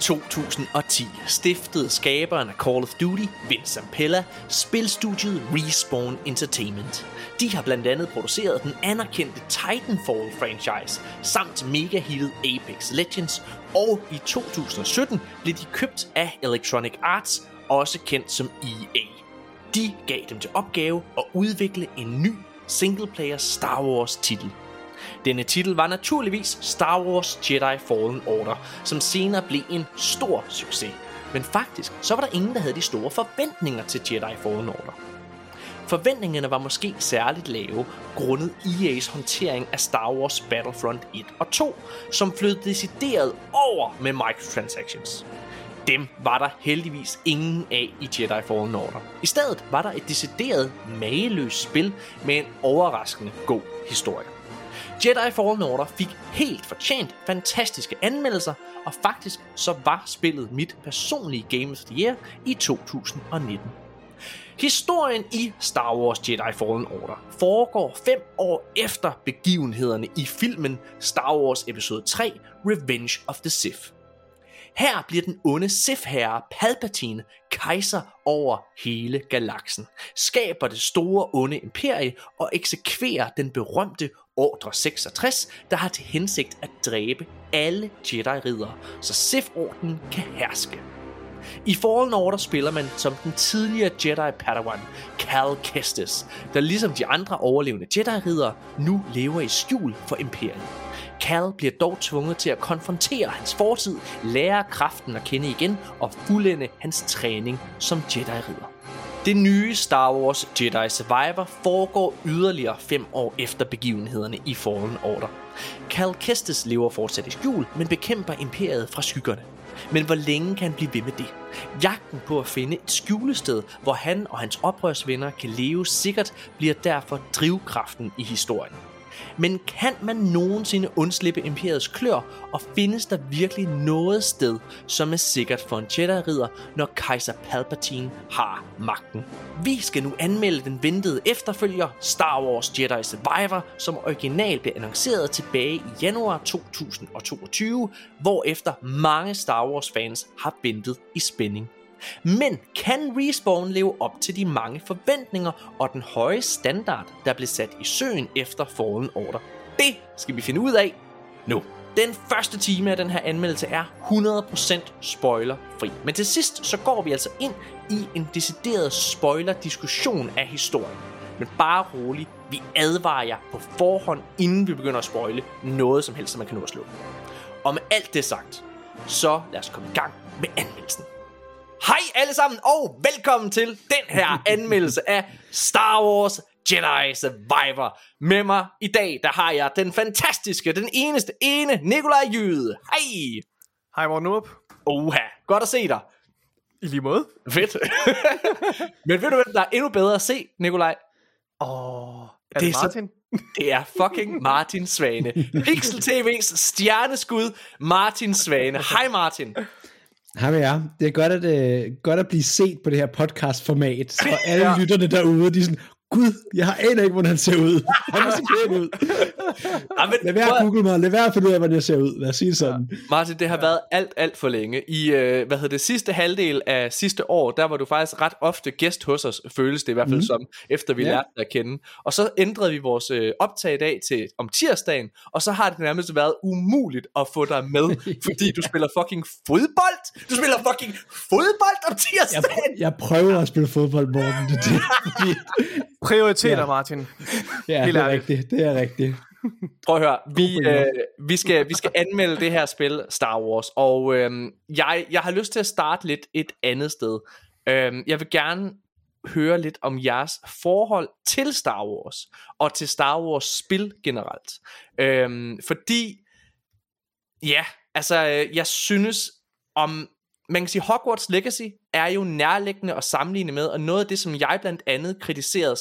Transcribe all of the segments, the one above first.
2010 stiftede skaberen af Call of Duty, Vince Zampella, spilstudiet Respawn Entertainment. De har blandt andet produceret den anerkendte Titanfall-franchise, samt megahittet Apex Legends, og i 2017 blev de købt af Electronic Arts, også kendt som EA. De gav dem til opgave at udvikle en ny singleplayer Star Wars titel. Denne titel var naturligvis Star Wars Jedi Fallen Order, som senere blev en stor succes. Men faktisk så var der ingen, der havde de store forventninger til Jedi Fallen Order. Forventningerne var måske særligt lave, grundet EA's håndtering af Star Wars Battlefront 1 og 2, som flød decideret over med microtransactions. Dem var der heldigvis ingen af i Jedi Fallen Order. I stedet var der et decideret mageløst spil med en overraskende god historie. Jedi Fallen Order fik helt fortjent fantastiske anmeldelser, og faktisk så var spillet mit personlige Game of the Year i 2019. Historien i Star Wars Jedi Fallen Order foregår 5 år efter begivenhederne i filmen Star Wars Episode 3 Revenge of the Sith. Her bliver den onde Sith-herre Palpatine kejser over hele galaksen, skaber det store onde imperie og eksekverer den berømte Ordre 66, der har til hensigt at dræbe alle Jedi-riddere, så Sith-ordenen kan herske. I Fallen Order spiller man som den tidligere Jedi-padawan Cal Kestis, der ligesom de andre overlevende Jedi-riddere nu lever i skjul for imperiet. Cal bliver dog tvunget til at konfrontere hans fortid, lære kraften at kende igen og fuldende hans træning som Jedi-ridder. Det nye Star Wars Jedi Survivor foregår yderligere 5 år efter begivenhederne i Fallen Order. Cal Kestis lever fortsat i skjul, men bekæmper imperiet fra skyggerne. Men hvor længe kan han blive ved med det? Jagten på at finde et skjulested, hvor han og hans oprørsvenner kan leve sikkert, bliver derfor drivkraften i historien. Men kan man nogensinde undslippe imperiets klør, og findes der virkelig noget sted, som er sikkert for en Jedi-ridder, når kejser Palpatine har magten? Vi skal nu anmelde den ventede efterfølger Star Wars Jedi Survivor, som originalt blev annonceret tilbage i januar 2022, hvorefter mange Star Wars fans har ventet i spænding. Men kan Respawn leve op til de mange forventninger og den høje standard, der blev sat i søen efter Fallen Order? Det skal vi finde ud af nu. Den første time af den her anmeldelse er 100% spoilerfri. Men til sidst så går vi altså ind i en decideret spoiler-diskussion af historien. Men bare rolig, vi advarer jer på forhånd, inden vi begynder at spoile noget som helst, som man kan nå at slå. Og med alt det sagt, så lad os komme i gang med anmeldelsen. Hej alle sammen, og velkommen til den her anmeldelse af Star Wars Jedi Survivor. Med mig i dag, der har jeg den fantastiske, den eneste ene, Nikolaj Jyde. Hej. Hej Morten Urup. Oha, godt at se dig. I lige måde. Fedt. Men ved du hvad, der er endnu bedre at se, Nikolaj? Er det Martin? Det er fucking Martin Svane. Pixel TV's stjerneskud, Martin Svane. Hej Martin. Hej med jer. Det er godt at blive set på det her podcast-format. Og alle lytterne derude, de er sådan, Gud, jeg aner ikke, hvordan han ser ud. Han ser pæn ud. Lad være at google mig. Lad være at finde ud af, hvordan jeg ser ud. Lad os sige sådan. Martin, det har været alt for længe. I sidste halvdel af sidste år, der var du faktisk ret ofte gæst hos os, føles det i hvert fald som, efter vi lærte dig at kende. Og så ændrede vi vores optag i dag til om tirsdagen, og så har det nærmest været umuligt at få dig med, fordi du spiller fucking fodbold. Du spiller fucking fodbold om tirsdagen. Jeg prøver at spille fodbold, Morten. Det prioriteter, Martin. Ja, det er rigtigt. Det er rigtigt. Prøv at høre, vi skal anmelde det her spil Star Wars, og jeg har lyst til at starte lidt et andet sted. Jeg vil gerne høre lidt om jeres forhold til Star Wars og til Star Wars spil generelt. Fordi jeg synes om man kan sige, Hogwarts Legacy er jo nærliggende at sammenligne med, og noget af det, som jeg blandt andet kritiserede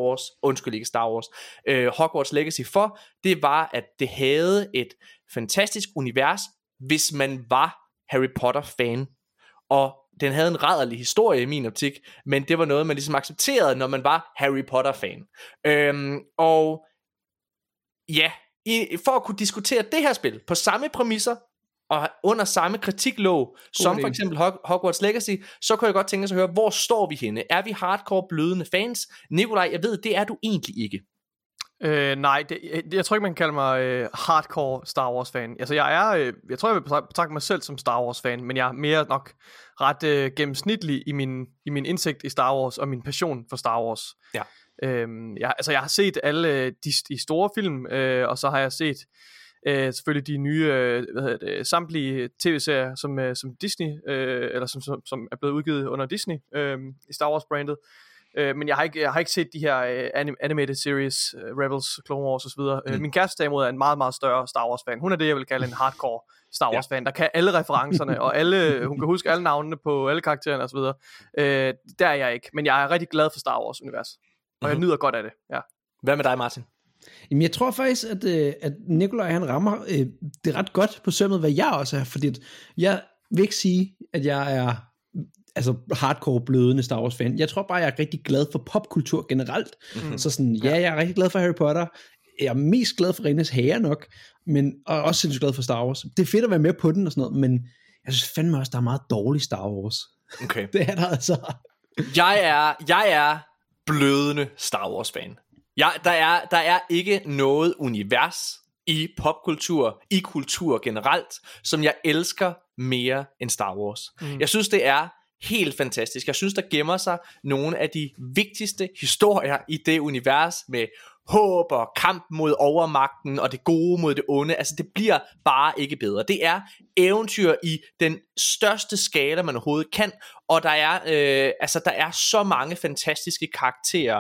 Hogwarts Legacy for, det var, at det havde et fantastisk univers, hvis man var Harry Potter-fan. Og den havde en rædderlig historie i min optik, men det var noget, man ligesom accepterede, når man var Harry Potter-fan. For at kunne diskutere det her spil på samme præmisser, og under samme kritiklåg som for eksempel Hogwarts Legacy, så kunne jeg godt tænke sig at høre, hvor står vi henne? Er vi hardcore blødende fans? Nikolaj, jeg ved, det er du egentlig ikke. Nej, jeg tror ikke, man kan kalde mig hardcore Star Wars fan. Altså jeg tror, jeg vil betragte mig selv som Star Wars fan, men jeg er mere nok ret gennemsnitlig i min indsigt i Star Wars og min passion for Star Wars. Ja. Jeg har set alle de store film, og så har jeg set selvfølgelig de nye samtlige tv-serier som Disney eller som er blevet udgivet under Disney i Star Wars brandet. Men jeg har ikke set de her animated series, Rebels, Clone Wars osv. Min kæreste derimod er en meget, meget større Star Wars fan. Hun er det, jeg vil kalde en hardcore Star Wars fan, der kan alle referencerne, og hun kan huske alle navnene på alle karaktererne osv. Der er jeg ikke, men jeg er rigtig glad for Star Wars univers, og jeg nyder godt af det. Ja. Hvad med dig, Martin? Jamen, jeg tror faktisk, at Nikolaj han rammer det ret godt på sømmet, hvad jeg også er, fordi jeg vil ikke sige, at jeg er hardcore blødende Star Wars fan. Jeg tror bare, jeg er rigtig glad for popkultur generelt. Så sådan, jeg er rigtig glad for Harry Potter. Jeg er mest glad for Ringenes Herre nok, og også sindssygt glad for Star Wars. Det er fedt at være med på den og sådan noget, men jeg synes fandme også, der er meget dårlig Star Wars. Okay. Det er der altså. Jeg er blødende Star Wars fan. Der er ikke noget univers i popkultur, i kultur generelt, som jeg elsker mere end Star Wars. Jeg synes, det er helt fantastisk. Jeg synes, der gemmer sig nogle af de vigtigste historier i det univers med håb og kamp mod overmagten og det gode mod det onde. Altså, det bliver bare ikke bedre. Det er eventyr i den største skala, man overhovedet kan, og der er så mange fantastiske karakterer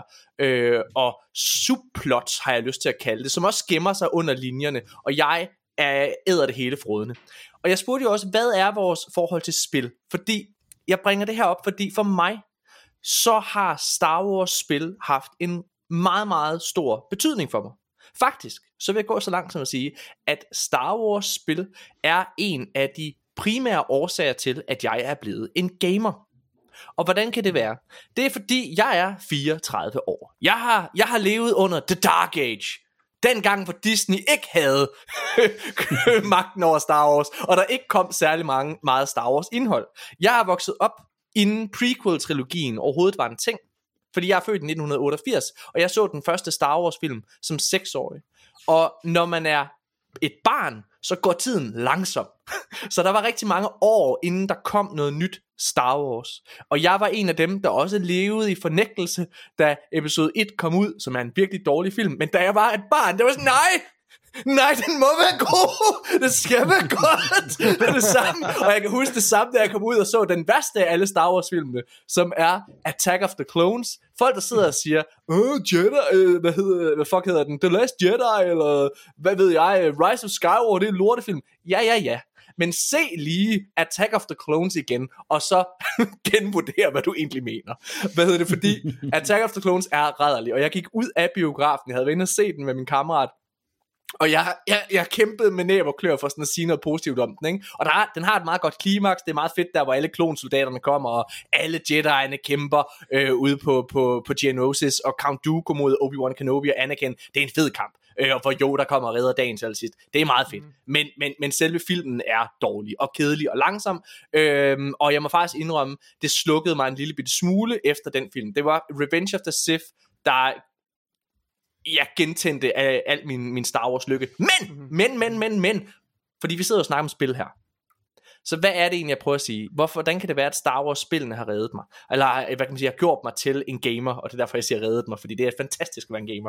og subplots, har jeg lyst til at kalde det, som også gemmer sig under linjerne, og jeg æder det hele frådende. Og jeg spurgte jo også, hvad er vores forhold til spil? Fordi jeg bringer det her op, fordi for mig, så har Star Wars spil haft en meget, meget stor betydning for mig. Faktisk, så vil jeg gå så langt som at sige, at Star Wars spil er en af de primære årsager til, at jeg er blevet en gamer. Og hvordan kan det være? Det er fordi, jeg er 34 år. Jeg har levet under The Dark Age. Dengang, hvor Disney ikke havde magten over Star Wars, og der ikke kom særlig meget Star Wars indhold. Jeg har vokset op, inden prequel-trilogien overhovedet var en ting. Fordi jeg er født i 1988, og jeg så den første Star Wars-film som 6-årig. Og når man er et barn, så går tiden langsomt. Så der var rigtig mange år, inden der kom noget nyt Star Wars. Og jeg var en af dem, der også levede i fornægtelse, da episode 1 kom ud, som er en virkelig dårlig film. Men da jeg var et barn, det var sådan, nej, den må være god. Det skal være godt. Det samme. Og jeg kan huske det samme, da jeg kom ud og så den værste af alle Star Wars filmene, som er Attack of the Clones. Folk der sidder og siger, Jedi, hvad fuck hedder den? The Last Jedi, eller hvad ved jeg, Rise of Skywalker, det er en lortefilm. Ja. Men se lige Attack of the Clones igen, og så genvurdere, hvad du egentlig mener. Hvad hedder det? Fordi Attack of the Clones er rædderlig, og jeg gik ud af biografen, jeg havde været inde og set den med min kammerat, og jeg kæmpede med næb og klør for sådan at sige noget positivt om den, ikke? Og den har et meget godt klimaks. Det er meget fedt der, hvor alle klonsoldaterne kommer, og alle Jedi'erne kæmper ude på Geonosis, og Count Dooku mod Obi-Wan Kenobi og Anakin. Det er en fed kamp, og hvor Yoda kommer og redder dagen til allersidst. Det er meget fedt. Men selve filmen er dårlig og kedelig og langsom. Og jeg må faktisk indrømme, det slukkede mig en lille bitte smule efter den film. Det var Revenge of the Sith, der jeg gentændte af alt min Star Wars lykke. Men, fordi vi sidder og snakker om spil her. Så hvad er det egentlig, jeg prøver at sige? Hvordan kan det være, at Star Wars-spillene har reddet mig? Eller, hvad kan man sige, har gjort mig til en gamer, og det er derfor, jeg siger reddet mig, fordi det er fantastisk at være en gamer.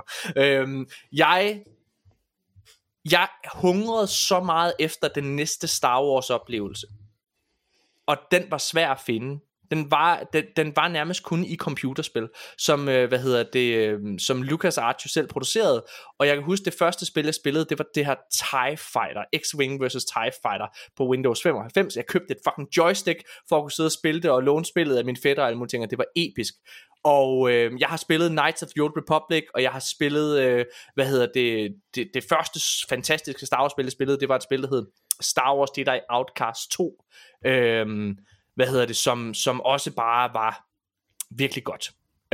Jeg hungrede så meget efter den næste Star Wars-oplevelse. Og den var svær at finde. Den var nærmest kun i computerspil, som som LucasArts selv producerede. Og jeg kan huske det første spil jeg spillede, det var det her TIE Fighter, X-Wing vs TIE Fighter på Windows 95. Jeg købte et fucking joystick for at kunne sidde og spille det, og låne spillet af min fætter og alle mulige ting, og det var episk. Og jeg har spillet Knights of the Old Republic, og jeg har spillet det første fantastiske Star Wars spil jeg spillede, det var et spil der hed Star Wars Jedi Outcast 2. Som også bare var virkelig godt.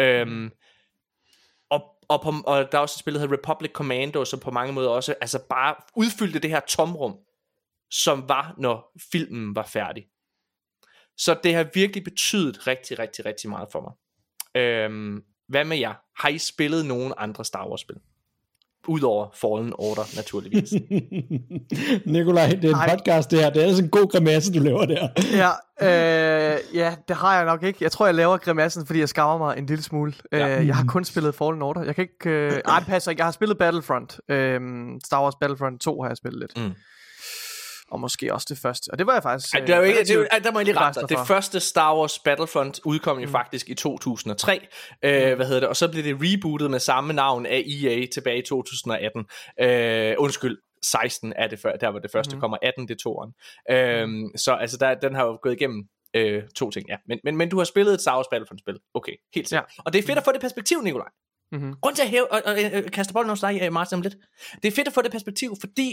Og der er også et spil, der hedder Republic Commando, som på mange måder også bare udfyldte det her tomrum. som var, når filmen var færdig. Så det har virkelig betydet rigtig, rigtig, rigtig meget for mig. Hvad med jer? Har I spillet nogen andre Star Wars-spil? Udover Fallen Order, naturligvis. Nikolaj, det er en podcast det her. Det er altså en god grimasse, du laver der. Ja, det har jeg nok ikke. Jeg tror, jeg laver grimassen, fordi jeg skammer mig en lille smule. Jeg har kun spillet Fallen Order. Jeg kan ikke... passer ikke. Jeg har spillet Battlefront. Star Wars Battlefront 2 har jeg spillet lidt. Og måske også det første. Og det var jeg faktisk... der må jeg lige rette dig. Det første Star Wars Battlefront udkom jo faktisk i 2003. Og så blev det rebootet med samme navn af EA tilbage i 2018. 16 er det før. Der var det første kommer 18, det toeren. Så altså den har jo gået igennem 2 ting, ja. Men du har spillet et Star Wars Battlefront-spil. Okay, helt sikkert. Ja. Og det er fedt at få det perspektiv, Nikolaj. Grunden til at kaste bolden hos dig, Martin, om lidt. Det er fedt at få det perspektiv, fordi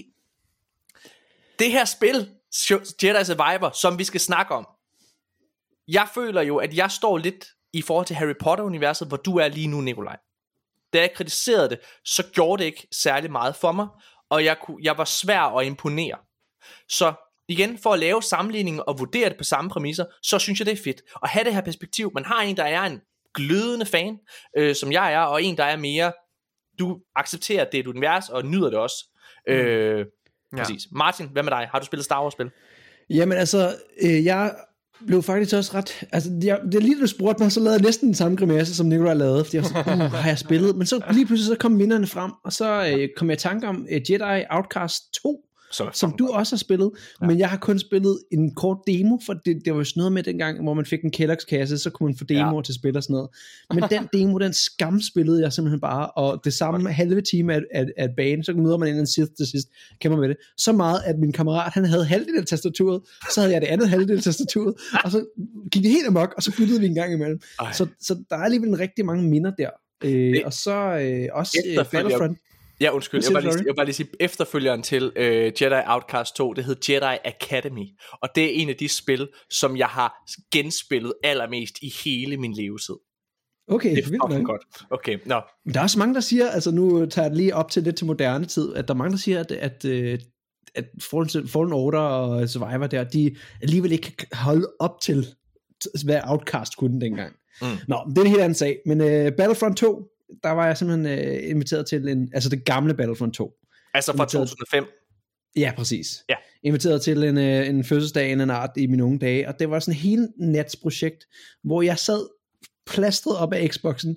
det her spil, Jedi Survivor, som vi skal snakke om, jeg føler jo, at jeg står lidt i forhold til Harry Potter-universet, hvor du er lige nu, Nikolaj. Da jeg kritiserede det, så gjorde det ikke særlig meget for mig, og jeg var svær at imponere. Så igen, for at lave sammenligningen og vurdere det på samme præmisser, så synes jeg, det er fedt at have det her perspektiv. Man har en, der er en glødende fan, som jeg er, og en, der er mere, du accepterer, at det er et univers, og nyder det også. Præcis. Martin, hvad med dig? Har du spillet Star Wars-spil? Jamen altså, jeg blev faktisk også ret... Altså, det er lige, du spurgte mig, så lavede jeg næsten den samme grimasse, som Nikolaj lavede, fordi jeg var sådan, har jeg spillet? Men så lige pludselig så kom minderne frem, og så kom jeg i tanke om Jedi Outcast 2, som du også har spillet, men jeg har kun spillet en kort demo, for det var jo sådan noget med dengang, hvor man fik en Kellogg's kasse, så kunne man få demoer til spil og sådan noget. Men den demo, den skamspillede jeg simpelthen bare, og det samme halve time af banen, så møder man en Sith til sidst, kæmper med det. Så meget, at min kammerat, han havde halvdel af tastaturet, så havde jeg det andet halvdel af tastaturet, og så gik det helt amok, og så byttede vi en gang imellem. Så der er alligevel rigtig mange minder der. Og så også Battlefront. Ja, undskyld, jeg vil bare lige sige, efterfølgeren til Jedi Outcast 2, det hed Jedi Academy, og det er en af de spil, som jeg har genspillet allermest i hele min levetid. Okay, det er fucking godt. Okay, nå. Men der er også mange, der siger, altså nu tager jeg det lige op til lidt til moderne tid, at der er mange, der siger, at Fallen Order og Survivor der, de alligevel ikke kan holde op til, hvad Outcast kunne dengang. Nå, det er en helt anden sag, men Battlefront 2, der var jeg simpelthen inviteret til det gamle Battlefront 2. Altså fra 2005? Ja, præcis. Ja. Inviteret til en fødselsdag en art i mine unge dage, og det var sådan et hele natsprojekt, hvor jeg sad plastret op af Xboxen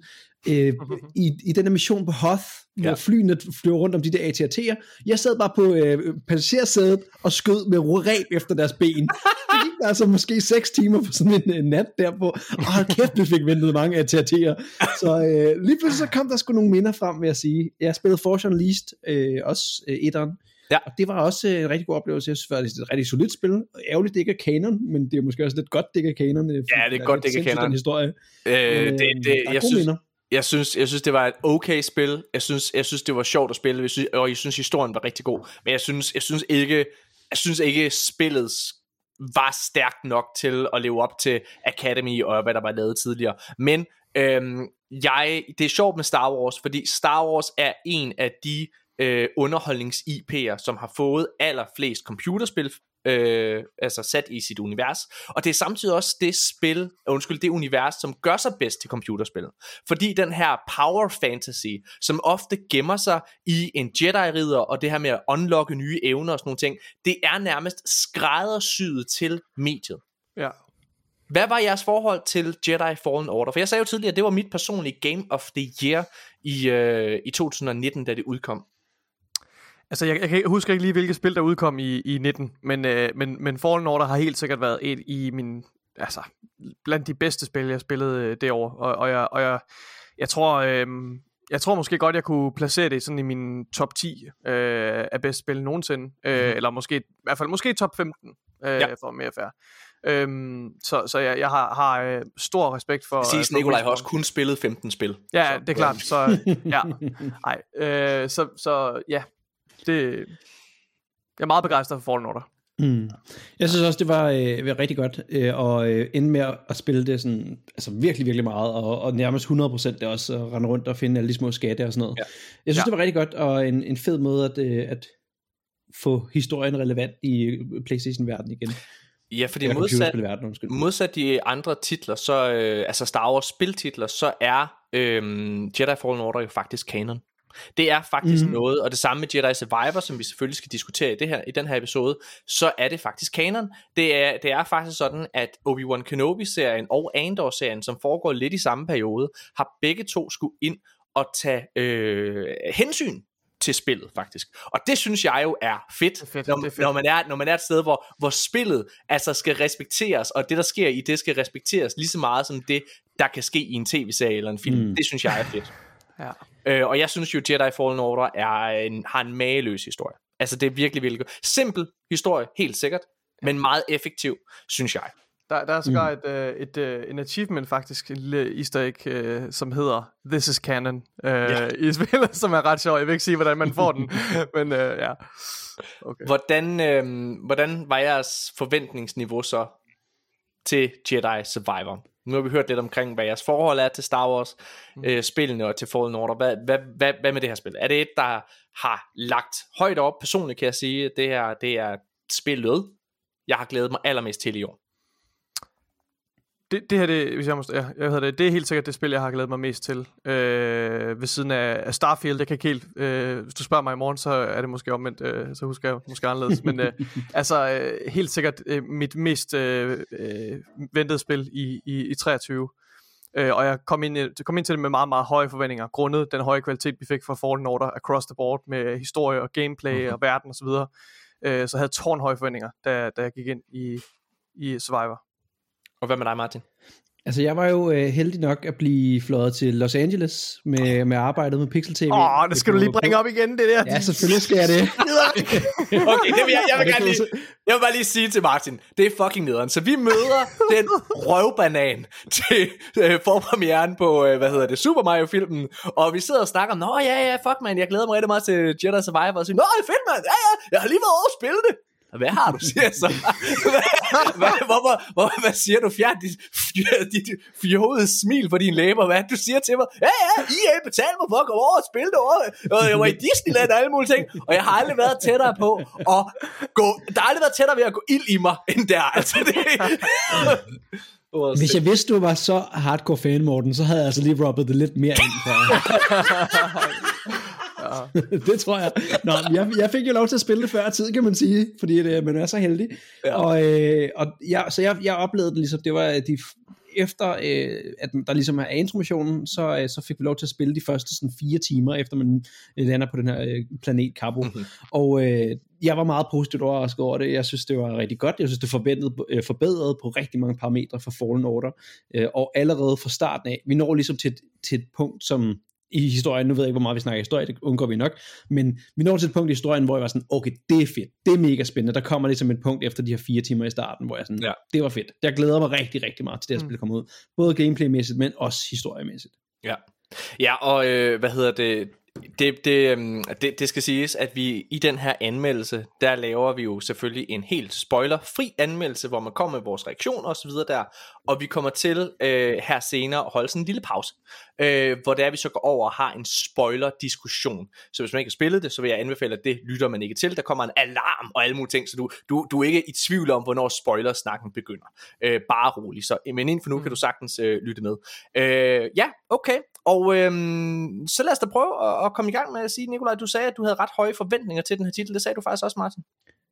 i den der mission på Hoth, hvor flyene flyver rundt om de der AT-AT'er. Jeg sad bare på passagersædet og skød med ræb efter deres ben. Det gik altså måske 6 timer på sådan en nat derpå. Og hold kæft, vi fik ventet mange AT-AT'er. Så lige pludselig så kom der sgu nogle minder frem, vil jeg sige. Jeg spillede Force Unleashed, også etteren. Ja. Og det var også en rigtig god oplevelse. Jeg synes, det er et rigtig solidt spil. Ærgerligt, det ikke er canon, men det er måske også lidt godt, det ikke er canon. Ja, det er godt, det ikke er canon. Den historie. Jeg synes, det var et okay spil. Jeg synes, det var sjovt at spille, og jeg synes, historien var rigtig god. Men jeg synes ikke spillet var stærkt nok til at leve op til Academy og hvad der var lavet tidligere. Men det er sjovt med Star Wars, fordi Star Wars er en af de underholdnings-IP'er, som har fået allerflest computerspil altså sat i sit univers, og det er samtidig også det univers, som gør sig bedst til computerspil, fordi den her power fantasy, som ofte gemmer sig i en Jedi-ridder, og det her med at unlocke nye evner og sådan nogle ting, det er nærmest skræddersyet til mediet. Ja. Hvad var jeres forhold til Jedi Fallen Order? For jeg sagde jo tidligere, at det var mit personlige Game of the Year i 2019, da det udkom. Altså, jeg husker ikke lige, hvilket spil der udkom i 19, men Fallen Order har helt sikkert været et i min, altså, blandt de bedste spil, jeg spillede det år, og jeg tror måske godt, jeg kunne placere det sådan i min top 10 af bedste spil nogensinde, eller i hvert fald top 15, for mere fair. Så jeg har stor respekt for... Præcis, Nikolaj har også kun spillet 15 spil. Ja, så, det er klart, så ja. Så ja, det... Jeg er meget begejstret for Fallen Order. Jeg synes også, det var rigtig godt at ende med at spille det sådan, altså virkelig, virkelig meget, og nærmest 100% det også, at rende rundt og finde alle de små skatte og sådan noget. Ja. Jeg synes, det var rigtig godt, og en fed måde få historien relevant i PlayStation-verdenen igen. Ja, fordi modsat de andre titler, så altså Star Wars spiltitler, så er Jedi Fallen Order jo faktisk canon. Det er faktisk noget, og det samme med Jedi Survivor, som vi selvfølgelig skal diskutere i den her episode, så er det faktisk canon. Det er faktisk sådan, at Obi-Wan Kenobi-serien og Andor-serien, som foregår lidt i samme periode, har begge to skulle ind og tage hensyn til spillet faktisk. Og det synes jeg jo er fedt, når man er et sted, hvor spillet altså skal respekteres, og det der sker i det skal respekteres lige så meget som det der kan ske i en tv-serie eller en film. Det synes jeg er fedt. Ja. Og jeg synes jo Jedi Fallen Order har en mageløs historie. Altså det er virkelig virkelig godt. Simpel historie, helt sikkert, men meget effektiv, synes jeg. Der er sågar en achievement faktisk, en lille easter egg, som hedder This is Canon i spillet, som er ret sjov. Jeg vil ikke sige, hvordan man får den, men ja. Okay. Hvordan var jeres forventningsniveau så til Jedi Survivor? Nu har vi hørt lidt omkring, hvad jeres forhold er til Star Wars spillene og til Fallen Order. Hvad med det her spil? Er det et, der har lagt højt op? Personligt kan jeg sige, at det er spillet, jeg har glædet mig allermest til i år. Det her, hvis jeg må, det er helt sikkert det spil, jeg har glædet mig mest til. Ved siden af Starfield, det kan ikke helt, hvis du spørger mig i morgen, så er det måske omvendt, så husker jeg måske anderledes. Men altså helt sikkert mit mest ventede spil i 23. Og jeg kom ind til det med meget, meget høje forventninger, grundet den høje kvalitet, vi fik fra Fallen Order across the board, med historie og gameplay og verden osv. Så jeg havde tårnhøje forventninger, da jeg gik ind i Survivor. Og hvad med dig, Martin? Altså, jeg var jo heldig nok at blive fløjet til Los Angeles med arbejdet med Pixel TV. Det skal du lige bringe op igen, det der. Ja, selvfølgelig skal jeg det. Okay, jeg vil bare lige sige til Martin, det er fucking nederen. Så vi møder den røvbanan til forpremieren på, Super Mario-filmen, og vi sidder og snakker om, fuck man, jeg glæder mig rigtig meget til Jedi Survivor, og siger, fedt man, jeg har lige været over at spille det. Hvad har du, siger så? Hvad siger du? Fjern dit fjodede smil på dine læber. Hvad du siger til mig? EA betalte mig for at komme over og spille det over. Og jeg var i Disneyland og alle mulige ting. Og jeg har aldrig været tættere på at gå. Der har aldrig været tættere ved at gå ild i mig end der. Altså det. Hvis jeg vidste, du var så hardcore fan, Morten, så havde jeg altså lige rubbet det lidt mere ind for. Det tror jeg. Jeg fik jo lov til at spille det før tid, kan man sige, fordi man er så heldig. Ja. Så jeg oplevede det ligesom, det var efter at der ligesom er informationen, så fik vi lov til at spille de første sådan 4 timer, efter man lander på den her planet Cabo. Og jeg var meget positivt overrasket over det. Jeg synes, det var rigtig godt. Jeg synes, det forbedrede på rigtig mange parametre for Fallen Order. Og allerede fra starten af, vi når ligesom til et punkt, som i historien, nu ved jeg ikke, hvor meget vi snakker historie, det undgår vi nok, men vi når til et punkt i historien, hvor jeg var sådan, okay, det er fedt, det er mega spændende. Der kommer ligesom et punkt efter de her 4 timer i starten, hvor jeg sådan, det var fedt. Jeg glæder mig rigtig, rigtig meget til det her spil kommer ud. Både gameplaymæssigt, men også historiemæssigt. Ja, og det skal siges, at vi i den her anmeldelse, der laver vi jo selvfølgelig en helt spoilerfri anmeldelse, hvor man kommer med vores reaktioner og så videre der, og vi kommer til her senere at holde sådan en lille pause, hvor det er, vi så går over og har en spoiler-diskussion. Så hvis man ikke har spillet det, så vil jeg anbefale, at det lytter man ikke til. Der kommer en alarm og alle mulige ting, så du er ikke i tvivl om, hvornår spoilersnakken begynder. Bare rolig. Men inden for nu kan du sagtens lytte med. Okay. Og så lad os da prøve at komme i gang med at sige, Nikolaj, du sagde, at du havde ret høje forventninger til den her titel. Det sagde du faktisk også, Martin.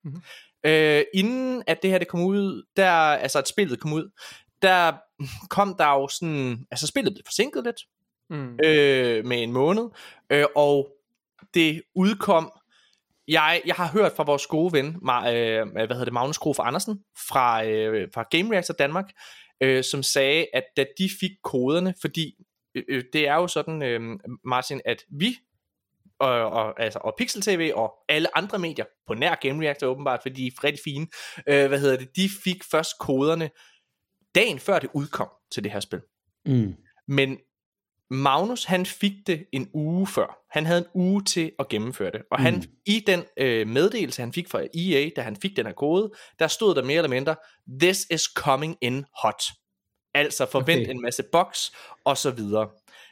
Inden at det her det kom ud, at spillet kom ud, der kom der jo sådan, altså spillet blev forsinket lidt med en måned, og det udkom. Jeg har hørt fra vores gode ven, Magnus Grof Andersen fra Game Reactor Danmark, som sagde, at da de fik koderne, fordi det er jo sådan, Martin, at vi og Pixel TV og alle andre medier på nær Game Reactor åbenbart, fordi de er rigtig fine, de fik først koderne dagen før det udkom til det her spil. Men Magnus, han fik det en uge før. Han havde en uge til at gennemføre det. Og han i den meddelelse, han fik fra EA, da han fik den her kode, der stod der mere eller mindre, "This is coming in hot." Altså forvent en masse bugs og så videre.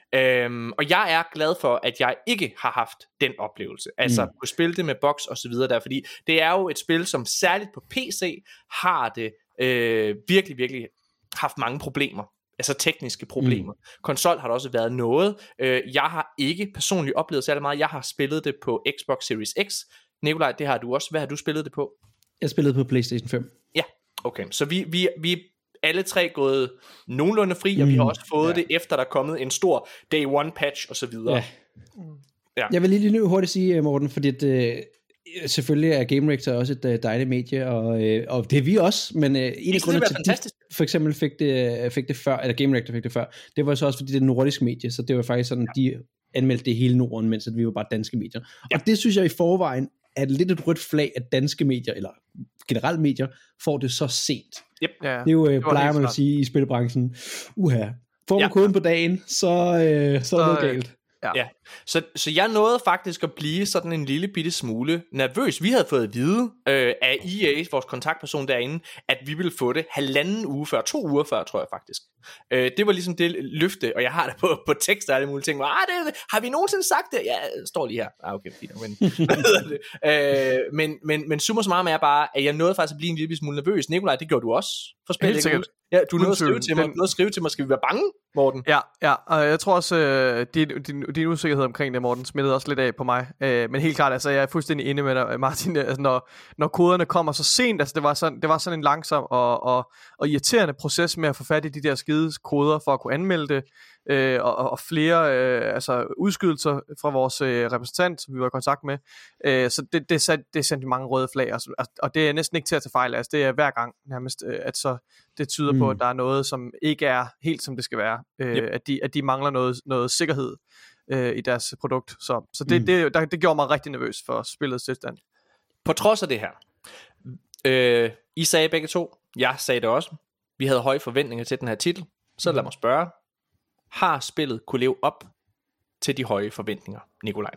Og jeg er glad for, at jeg ikke har haft den oplevelse. Altså kunne spille det med box og så videre der, fordi det er jo et spil, som særligt på PC har det virkelig, virkelig haft mange problemer. Altså tekniske problemer. Konsol har der også været noget. Jeg har ikke personligt oplevet særlig meget. Jeg har spillet det på Xbox Series X. Nikolaj, det har du også. Hvad har du spillet det på? Jeg spillede på PlayStation 5. Ja, okay. Så vi alle tre gået nogenlunde fri, og vi har også fået det, efter der er kommet en stor Day One patch og så videre. Ja. Jeg vil lige hurtigt sige, Morten, fordi selvfølgelig er Game Reactor også et dejligt medie, og det er vi også, men en af grundene til, at de for eksempel fik det før, eller Game Reactor fik det før, det var så også fordi det er nordisk medie, så det var faktisk sådan, de anmeldte det i hele Norden, mens at vi var bare danske medier. Og det synes jeg i forvejen er lidt et rødt flag, at danske medier, eller generelt medier, får det så sent. Yep. Det er jo, plejer man at sige i spilbranchen, får man koden på dagen, så er det noget galt. Ja. Så jeg nåede faktisk at blive sådan en lille bitte smule nervøs. Vi havde fået at vide af EA, vores kontaktperson derinde, at vi ville få det 1,5 uge før, 2 uger før, tror jeg faktisk. Det var ligesom det løfte, og jeg har det på tekst og alle mulige ting. Har vi nogensinde sagt det? Ja, står lige her. Okay, fint. Men summa summarum er bare, at jeg nåede faktisk at blive en lille smule nervøs. Nikolaj, det gjorde du også for spillet. Ja, du nåede at skrive til mig, skal vi være bange, Morten? Ja, og jeg tror også, din usikkerhed omkring det, Morten, smittede også lidt af på mig. Men helt klart, altså, jeg er fuldstændig inde med dig, Martin. Altså, når koderne kommer så sent, altså, det var sådan en langsom og irriterende proces med at få fat i de der skide koder for at kunne anmelde det, og flere udskydelser fra vores repræsentant, som vi var i kontakt med. Så det sendte mange røde flag, og det er næsten ikke til at tage fejl. Altså, det er hver gang nærmest, at så det tyder på, at der er noget, som ikke er helt som det skal være. At de mangler noget sikkerhed i deres produkt. Så det gjorde mig rigtig nervøs for spillets tilstand. På trods af det her, I sagde begge to, jeg sagde det også, vi havde høje forventninger til den her titel, så lad mig spørge, har spillet kunne leve op til de høje forventninger, Nikolaj?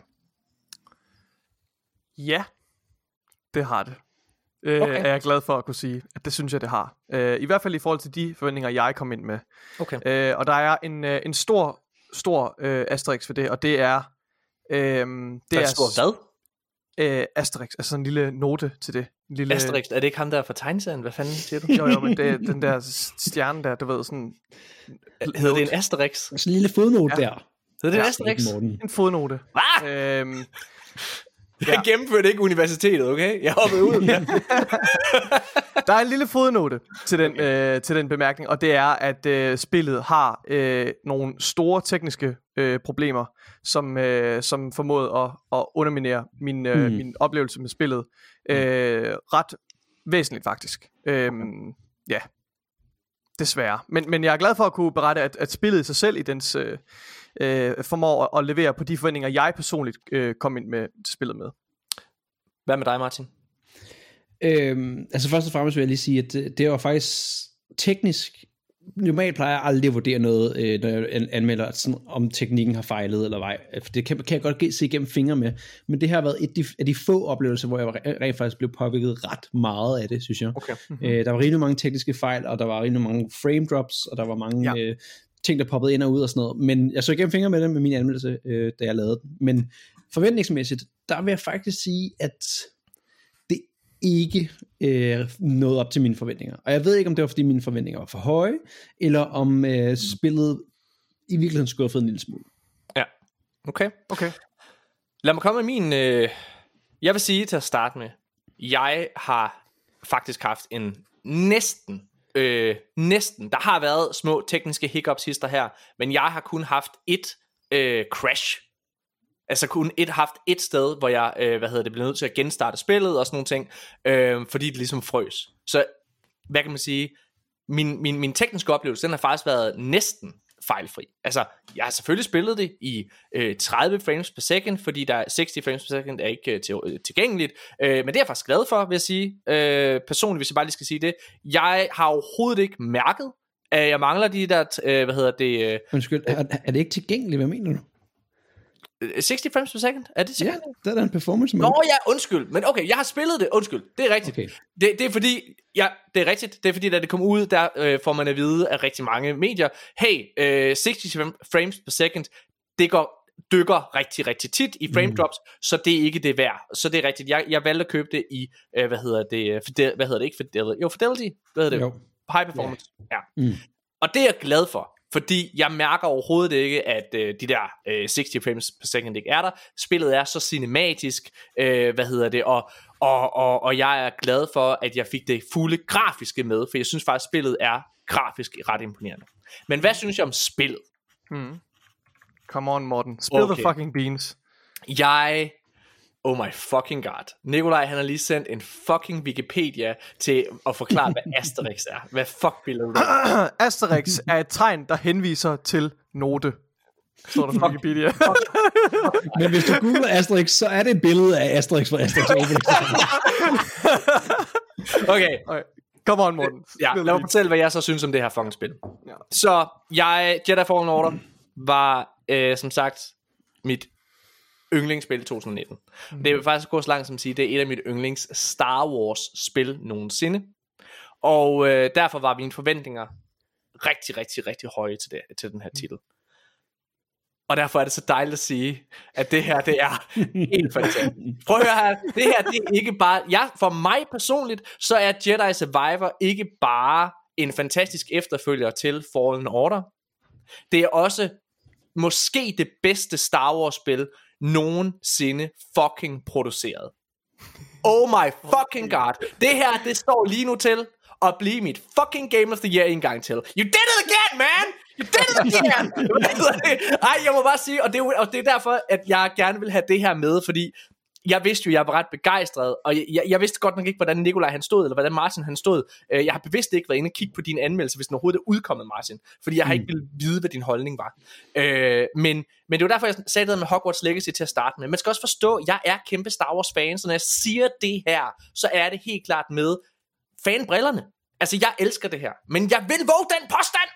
Ja, det har det. Er jeg glad for at kunne sige, at det synes jeg, det har. I hvert fald i forhold til de forventninger, jeg kom ind med. Okay. Og der er en stor asterisk for det, og det er... det er stor hvad? Asterisk, altså en lille note til det. Lille... Asterisk, er det ikke ham der fra tegneserien? Hvad fanden siger du? Jo, men det er den der stjerne der, du ved, sådan... Hedder det en asterisk? Sådan en lille fodnote der. Hedder det en asterisk? En fodnote. Hvad? Jeg gennemførte ikke universitetet, okay? Jeg hoppede ud. Der er en lille fodnote til den bemærkning, og det er, at spillet har nogle store tekniske problemer, som formåede at underminere min oplevelse med spillet. Ret væsentligt faktisk. Ja, desværre. Men jeg er glad for at kunne berette, at spillet i sig selv i dens formår at levere på de forventninger, jeg personligt kom ind med til spillet med. Hvad med dig, Martin? Altså først og fremmest vil jeg lige sige, at det var faktisk teknisk. Normalt plejer jeg aldrig at vurdere noget, når jeg anmelder, sådan, om teknikken har fejlet eller ej. For det kan jeg godt se igennem fingre med. Men det her har været et af de få oplevelser, hvor jeg rent faktisk blev påvirket ret meget af det, synes jeg. Okay. Der var rimelig mange tekniske fejl, og der var rimelig mange frame drops, og der var mange ting, der poppede ind og ud og sådan noget. Men jeg så igennem fingre med det med min anmeldelse, da jeg lavede den. Men forventningsmæssigt, der vil jeg faktisk sige, at det ikke nåede op til mine forventninger. Og jeg ved ikke, om det var, fordi mine forventninger var for høje, eller om spillet i virkeligheden skuffede en lille smule. Ja, okay. Lad mig komme med min... Jeg vil sige til at starte med, jeg har faktisk haft en næsten, der har været små tekniske hiccups hister her, men jeg har kun haft et crash. Altså kun haft et sted, hvor jeg blev nødt til at genstarte spillet og sådan nogle ting, fordi det ligesom frøs. Så hvad kan man sige, min tekniske oplevelse, den har faktisk været næsten fejlfri. Altså jeg har selvfølgelig spillet det i 30 frames per second, fordi der er 60 frames per second er ikke tilgængeligt, men det er jeg faktisk glad for, vil jeg sige. Personligt, hvis jeg bare lige skal sige det, jeg har overhovedet ikke mærket, at jeg mangler de der Undskyld, er det ikke tilgængeligt? Hvad mener du? 60 frames per second? Er det sikkert? Ja, det er en performance mode. Nå ja, undskyld. Men okay, jeg har spillet det. Undskyld, det er rigtigt. Okay. Det er fordi, ja, det er rigtigt. Det er fordi, da det kom ud, der får man at vide af rigtig mange medier, hey, 60 frames per second, det dykker rigtig, rigtig tit i frame drops, så det er ikke det værd. Så det er rigtigt. Jeg valgte at købe det i, Fidelity? High performance. Ja. Og det er jeg glad for. Fordi jeg mærker overhovedet ikke, at de der 60 frames per second ikke er der. Spillet er så cinematisk, og jeg er glad for, at jeg fik det fulde grafiske med, for jeg synes faktisk, spillet er grafisk ret imponerende. Men hvad synes jeg om spillet? Come on, Morten. Spill the fucking beans. Oh my fucking god. Nikolaj, han har lige sendt en fucking Wikipedia til at forklare, hvad Asterix er. Hvad fuck vil du? Asterix er et tegn, der henviser til note. Står der på Wikipedia. Men hvis du googler Asterix, så er det et billede af Asterix fra Asterix. Okay. Come on, Morten. Ja, lad mig fortælle, hvad jeg så synes om det her fucking spil. Ja. Så Jedi Fallen Order var, som sagt, mit yndlingsspil i 2019. Det vil faktisk gå så langt som at sige, det er et af mit yndlings Star Wars spil nogensinde. Og derfor var mine forventninger rigtig, rigtig, rigtig høje til den her titel. Og derfor er det så dejligt at sige, at det her, det er helt fantastisk. Prøv at høre her, det her, det er ikke bare, for mig personligt, så er Jedi Survivor ikke bare en fantastisk efterfølger til Fallen Order. Det er også måske det bedste Star Wars spil nogensinde fucking produceret. Oh my fucking god. Det her, det står lige nu til at blive mit fucking Game of the Year en gang til. You did it again, man! You did it again! Ej, jeg må bare sige, og det er derfor, at jeg gerne vil have det her med, fordi jeg vidste jo, jeg var ret begejstret, og jeg vidste godt nok ikke, hvordan Nikolaj han stod, eller hvordan Martin han stod. Jeg har bevidst ikke været inde og kigge på din anmeldelse, hvis den overhovedet er udkommet, Martin, fordi jeg har ikke ville vide, hvad din holdning var. Men det var derfor, jeg sagde det med Hogwarts Legacy til at starte med. Man skal også forstå, at jeg er kæmpe Star Wars fan, så når jeg siger det her, så er det helt klart med fanbrillerne. Altså, jeg elsker det her, men jeg vil våge den påstand,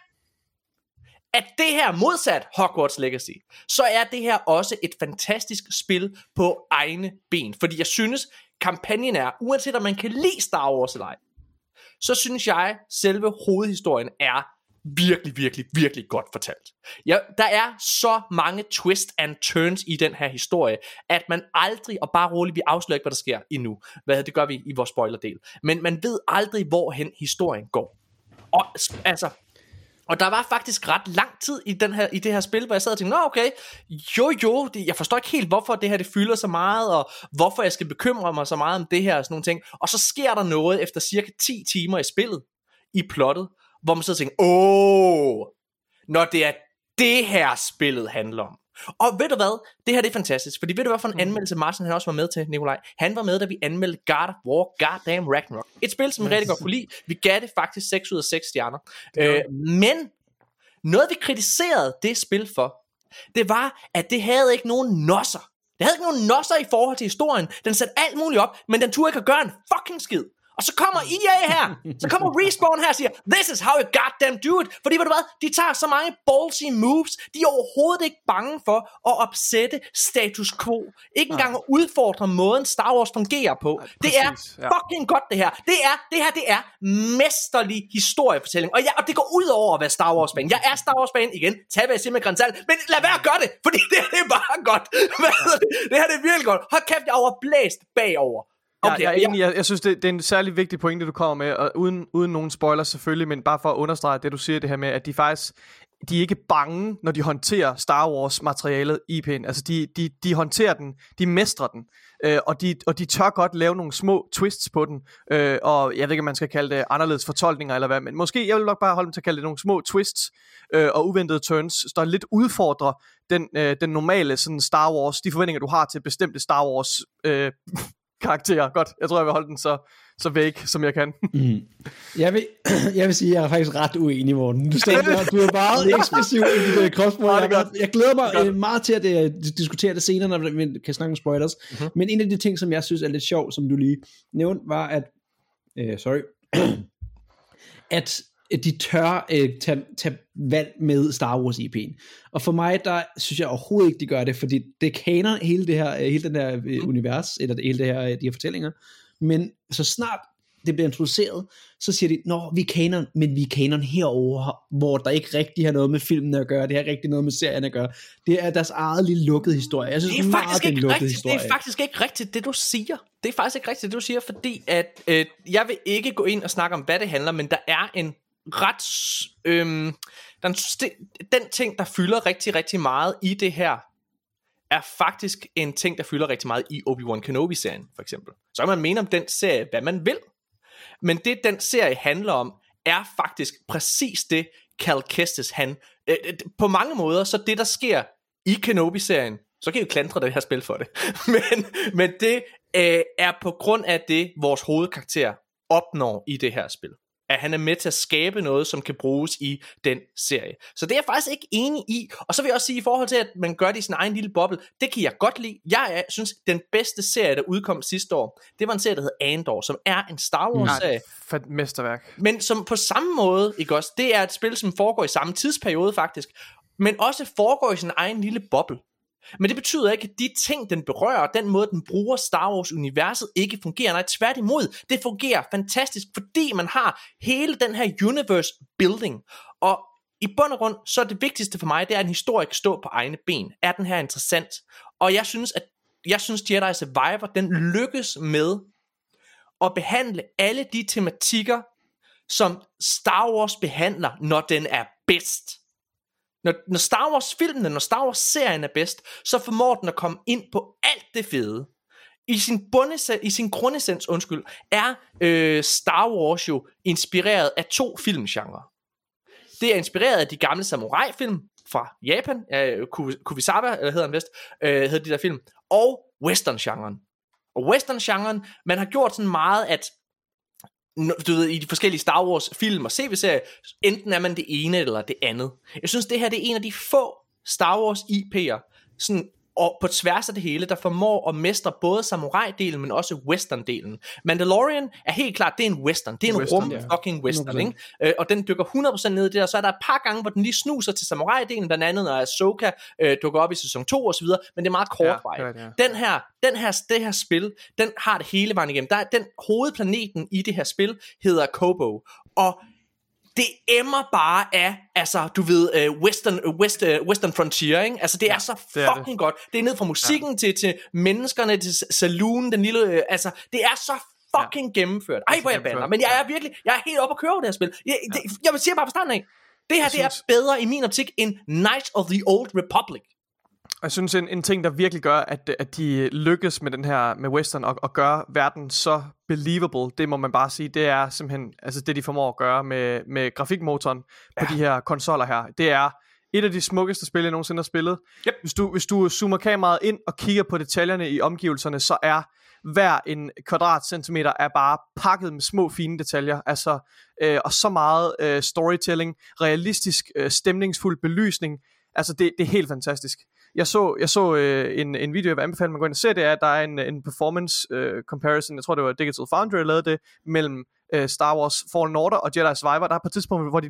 at det her modsat Hogwarts Legacy, så er det her også et fantastisk spil på egne ben. Fordi jeg synes, kampagnen er, uanset om man kan lide Star Wars eller ej, så synes jeg, selve hovedhistorien er virkelig, virkelig, virkelig godt fortalt. Ja, der er så mange twists and turns i den her historie, at man aldrig, og bare roligt, vi afslører ikke, hvad der sker endnu. Det gør vi i vores spoilerdel. Men man ved aldrig, hvorhen historien går. Og altså, og der var faktisk ret lang tid i det her spil, hvor jeg sad og tænkte, nå okay, jeg forstår ikke helt, hvorfor det her det fylder så meget, og hvorfor jeg skal bekymre mig så meget om det her og sådan nogle ting. Og så sker der noget efter cirka 10 timer i spillet, i plottet, hvor man så tænker, når det er det her spillet handler om. Og ved du hvad, det her det er fantastisk, fordi ved du hvad for en anmeldelse Martin han også var med til, Nikolaj? Han var med, da vi anmeldte God of War, Goddamn Ragnarok. Et spil, som vi rigtig godt kunne lide. Vi gav det faktisk 6 ud af 6 stjerner. Men noget vi kritiserede det spil for, det var, at det havde ikke nogen nosser. Det havde ikke nogen nosser i forhold til historien. Den satte alt muligt op, men den turde ikke at gøre en fucking skid. Og så kommer EA her, så kommer Respawn her og siger, this is how you goddamn do it. Fordi ved du hvad, de tager så mange ballsy moves, de er overhovedet ikke bange for at opsætte status quo. Ikke engang at udfordre måden Star Wars fungerer på. Det er fucking godt det her. Det er mesterlig historiefortælling. Og det går ud over at være Star Wars fan. Jeg er Star Wars fan igen, tag hvad jeg siger med grænsal, men lad være at gøre det, fordi det er bare godt. Det her det er virkelig godt. Hold kæft, jeg er overblæst bagover. Okay, jeg er enig. Jeg synes, det er en særlig vigtig pointe, du kommer med, og uden nogen spoilers selvfølgelig, men bare for at understrege det, du siger det her med, at de er ikke bange, når de håndterer Star Wars-materialet, IP'en. Altså, de håndterer den, de mestrer den, og de tør godt lave nogle små twists på den, og jeg ved ikke, om man skal kalde det anderledes fortolkninger eller hvad, men måske, jeg vil nok bare holde dem til at kalde det nogle små twists og uventede turns, der lidt udfordrer den normale sådan Star Wars, de forventninger, du har til bestemte Star Wars karakterer. Godt, jeg tror, jeg vil holde den så væk, som jeg kan. Jeg vil sige, at jeg er faktisk ret uenig, Morten. Du er meget ekspressiv i dit kropsprog. Jeg glæder mig meget til at diskutere det senere, når vi kan snakke om spoilers. Men en af de ting, som jeg synes er lidt sjov, som du lige nævnte, var, at de tør tage valg med Star Wars IP'en. Og for mig, der synes jeg overhovedet ikke, de gør det, fordi det kaner hele den her univers, eller hele det her, de her fortællinger. Men så snart det bliver introduceret, så siger de, vi er kanon, men vi er kanon herover, hvor der ikke rigtig har noget med filmen at gøre, det har ikke rigtig noget med serien at gøre. Det er deres eget lille lukkede historie. Jeg synes, det er faktisk ikke rigtigt, det du siger. Det er faktisk ikke rigtigt, det du siger, fordi at jeg vil ikke gå ind og snakke om, hvad det handler, men der er en ret... den ting, der fylder rigtig, rigtig meget i det her, er faktisk en ting, der fylder rigtig meget i Obi-Wan Kenobi-serien, for eksempel. Så kan man mene om den serie, hvad man vil. Men det, den serie handler om, er faktisk præcis det, Cal Kestis, på mange måder, så det, der sker i Kenobi-serien, så kan I jo klandre det her spil for det. men det er på grund af det, vores hovedkarakter opnår i det her spil. At han er med til at skabe noget, som kan bruges i den serie. Så det er jeg faktisk ikke enig i. Og så vil jeg også sige, i forhold til, at man gør det i sin egen lille boble, det kan jeg godt lide. Jeg synes, den bedste serie, der udkom sidste år, det var en serie, der hedder Andor, som er en Star Wars-serie. Mesterværk. Men som på samme måde, ikke også, det er et spil, som foregår i samme tidsperiode faktisk, men også foregår i sin egen lille boble. Men det betyder ikke, at de ting, den berører, den måde, den bruger Star Wars-universet, ikke fungerer. Nej, tværtimod, det fungerer fantastisk, fordi man har hele den her universe building. Og i bund og grund, så er det vigtigste for mig, det er, at en historie kan stå på egne ben. Er den her interessant? Og jeg synes, Jedi Survivor, den lykkes med at behandle alle de tematikker, som Star Wars behandler, når den er bedst. Når Star Wars filmen, når Star Wars serien er bedst, så formår den at komme ind på alt det fede. I sin grundessens, er Star Wars jo inspireret af 2 filmgenrer. Det er inspireret af de gamle samurai-film fra Japan, Kurosawa hedder han vist, hedder de der film, og western-genren. Og western-genren, man har gjort sådan meget, at du ved, i de forskellige Star Wars film og CV-serier, enten er man det ene eller det andet. Jeg synes, det her det er en af de få Star Wars IP'er, sådan, og på tværs af det hele, der formår at mestre både samurai-delen, men også western-delen. Mandalorian er helt klart, det er en western. Det er en fucking western, ikke? Og den dykker 100% ned i det der. Så er der et par gange, hvor den lige snuser til samurai-delen, blandt andet når Ahsoka dukker op i sæson 2 og så videre, men det er meget kortvarigt. Det her spil, den har det hele vejen igennem. Den hovedplaneten i det her spil hedder Kobo, og det emmer bare af, altså, du ved, Western Frontier, ikke? Altså, det er så fucking godt. Det er ned fra musikken til menneskerne, til saloon, den lille, altså, det er så fucking gennemført. Ej, hvor jeg bander. Men jeg er helt oppe at køre over det her spil. Jeg vil sige bare på starten af, det her, det er bedre i min optik end Knights of the Old Republic. Jeg synes en ting der virkelig gør at de lykkes med den her med western og gør verden så believable, det må man bare sige, det er simpelthen altså det de formår at gøre med grafikmotoren på de her konsoller her. Det er et af de smukkeste spil jeg nogensinde har spillet. Yep. Hvis du zoomer kameraet ind og kigger på detaljerne i omgivelserne, så er hver en kvadratcentimeter er bare pakket med små fine detaljer, altså og så meget storytelling, realistisk stemningsfuld belysning. Altså det er helt fantastisk. Jeg så en video, jeg vil anbefale, man går ind og ser det, er, at der er en performance comparison, jeg tror det var Digital Foundry, der lavede det, mellem Star Wars Fallen Order og Jedi Survivor. Der er på et tidspunkt, hvor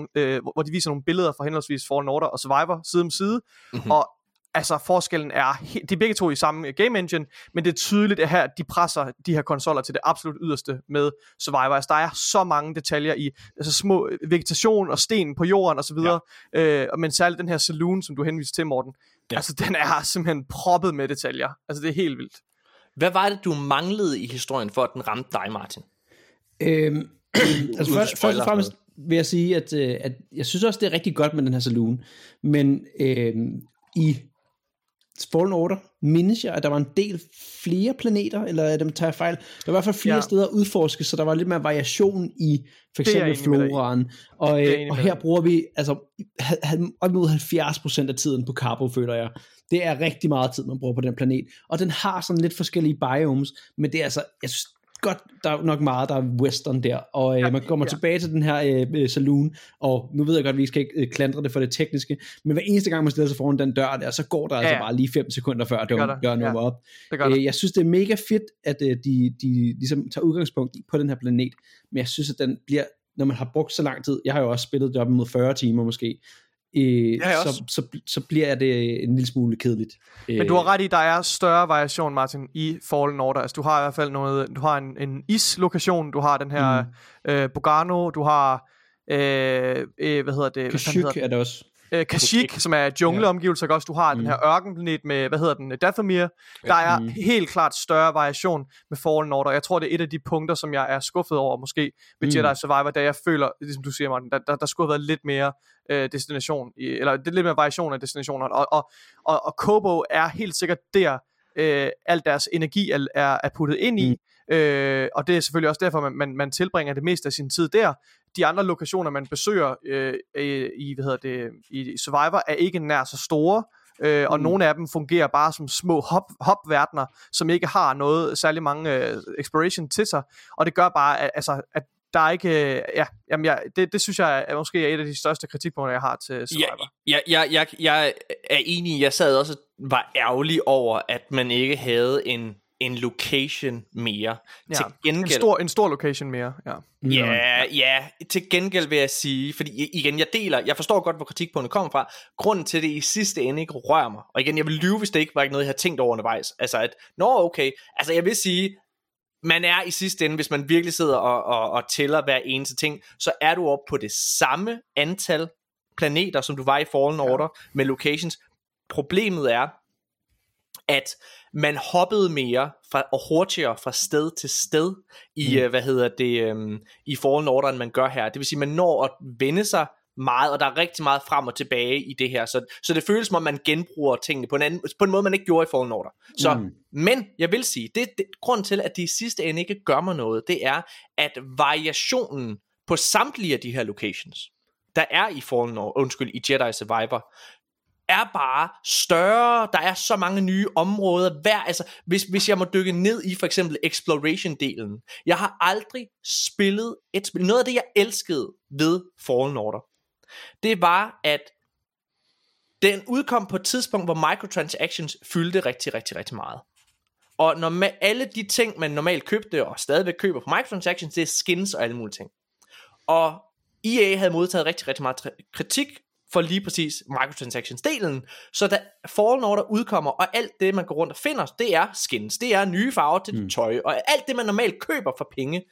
de viser nogle billeder fra henholdsvis Fallen Order og Survivor side om side, og altså forskellen er, de er begge to i samme game engine, men det er tydeligt, at her de presser de her konsoller til det absolut yderste med Survivor. Altså der er så mange detaljer i, altså små vegetation og sten på jorden og så videre, men særligt den her saloon, som du henviser til, Morten, altså den er simpelthen proppet med detaljer. Altså det er helt vildt. Hvad var det, du manglede i historien, for at den ramte dig, Martin? Altså først og fremmest vil jeg sige, at jeg synes også, det er rigtig godt med den her saloon, men i Fallen Order mindes jeg, at der var en del flere planeter, eller dem tager jeg fejl. Der var i hvert fald flere steder at udforske, så der var lidt mere variation i for eksempel floraen. Og her bruger vi altså op mod 70% af tiden på Cabo, føler jeg. Det er rigtig meget tid, man bruger på den planet. Og den har sådan lidt forskellige biomes, men det er altså, jeg synes godt, der er nok meget, der er western der, og man kommer tilbage til den her saloon, og nu ved jeg godt, at vi skal ikke klandre det for det tekniske, men hver eneste gang man stiller sig foran den dør der, så går der altså bare lige 5 sekunder før døren åbner op. Jeg synes, det er mega fedt, at de ligesom tager udgangspunkt på den her planet, men jeg synes, at når man har brugt så lang tid, jeg har jo også spillet det op imod 40 timer måske, så bliver det en lille smule kedeligt. Men du har ret i, der er større variation, Martin, i Fallen Order. Altså, du har i hvert fald noget, du har en islokation, du har den her Bogano, du har hvad hedder det? Kashyyyk er det også. Kashyyyk, som er jungleomgivelser, også. Du har den her ørkenplanet med, hvad hedder den, Dathomir. Der er helt klart større variation med Fallen Order. Jeg tror, det er et af de punkter, som jeg er skuffet over, måske, ved Jedi Survivor, da jeg føler, ligesom du siger, Martin, der skulle have været lidt mere destination, eller lidt mere variation af destinationer, og Koboh er helt sikkert der, al deres energi er puttet ind i, og det er selvfølgelig også derfor, man tilbringer det meste af sin tid der. De andre lokationer, man besøger i Survivor, er ikke nær så store, og nogle af dem fungerer bare som små hopverdener, som ikke har noget særlig mange exploration til sig, og det gør bare, at der er ikke, det synes jeg er måske et af de største kritikpunkter, jeg har til Survivor. Jeg er enig, jeg sad også var ærgerlig over, at man ikke havde en location mere. Ja, til gengæld, en stor location mere. Ja, til gengæld vil jeg sige, fordi igen, jeg forstår godt, hvor kritikpunktet kommer fra. Grunden til det i sidste ende ikke rører mig. Og igen, jeg vil lyve, hvis det ikke var noget, jeg havde tænkt over undervejs. Altså okay. Altså jeg vil sige, man er i sidste ende, hvis man virkelig sidder og tæller hver eneste ting, så er du oppe på det samme antal planeter, som du var i Fallen Order med locations. Problemet er, at man hoppede mere og hurtigere fra sted til sted i i Fallen Order, end man gør her. Det vil sige, man når at vende sig meget, og der er rigtig meget frem og tilbage i det her. Så det føles som om man genbruger tingene på en måde, man ikke gjorde i Fallen Order. Men jeg vil sige, det grund til, at de i sidste ende ikke gør mig noget, det er, at variationen på samtlige af de her locations, der er i i Jedi Survivor, er bare større. Der er så mange nye områder. Hvis jeg må dykke ned i for eksempel exploration-delen. Jeg har aldrig spillet et spil. Noget af det, jeg elskede ved Fallen Order, det var, at den udkom på et tidspunkt, hvor microtransactions fyldte rigtig, rigtig, rigtig meget. Og når alle de ting, man normalt købte, og stadigvæk køber på microtransactions, det er skins og alle mulige ting. Og EA havde modtaget rigtig, rigtig meget kritik for lige præcis microtransactions-delen. Så da Fallen Order udkommer, og alt det, man går rundt og finder, det er skins, det er nye farver til tøj, og alt det, man normalt køber for penge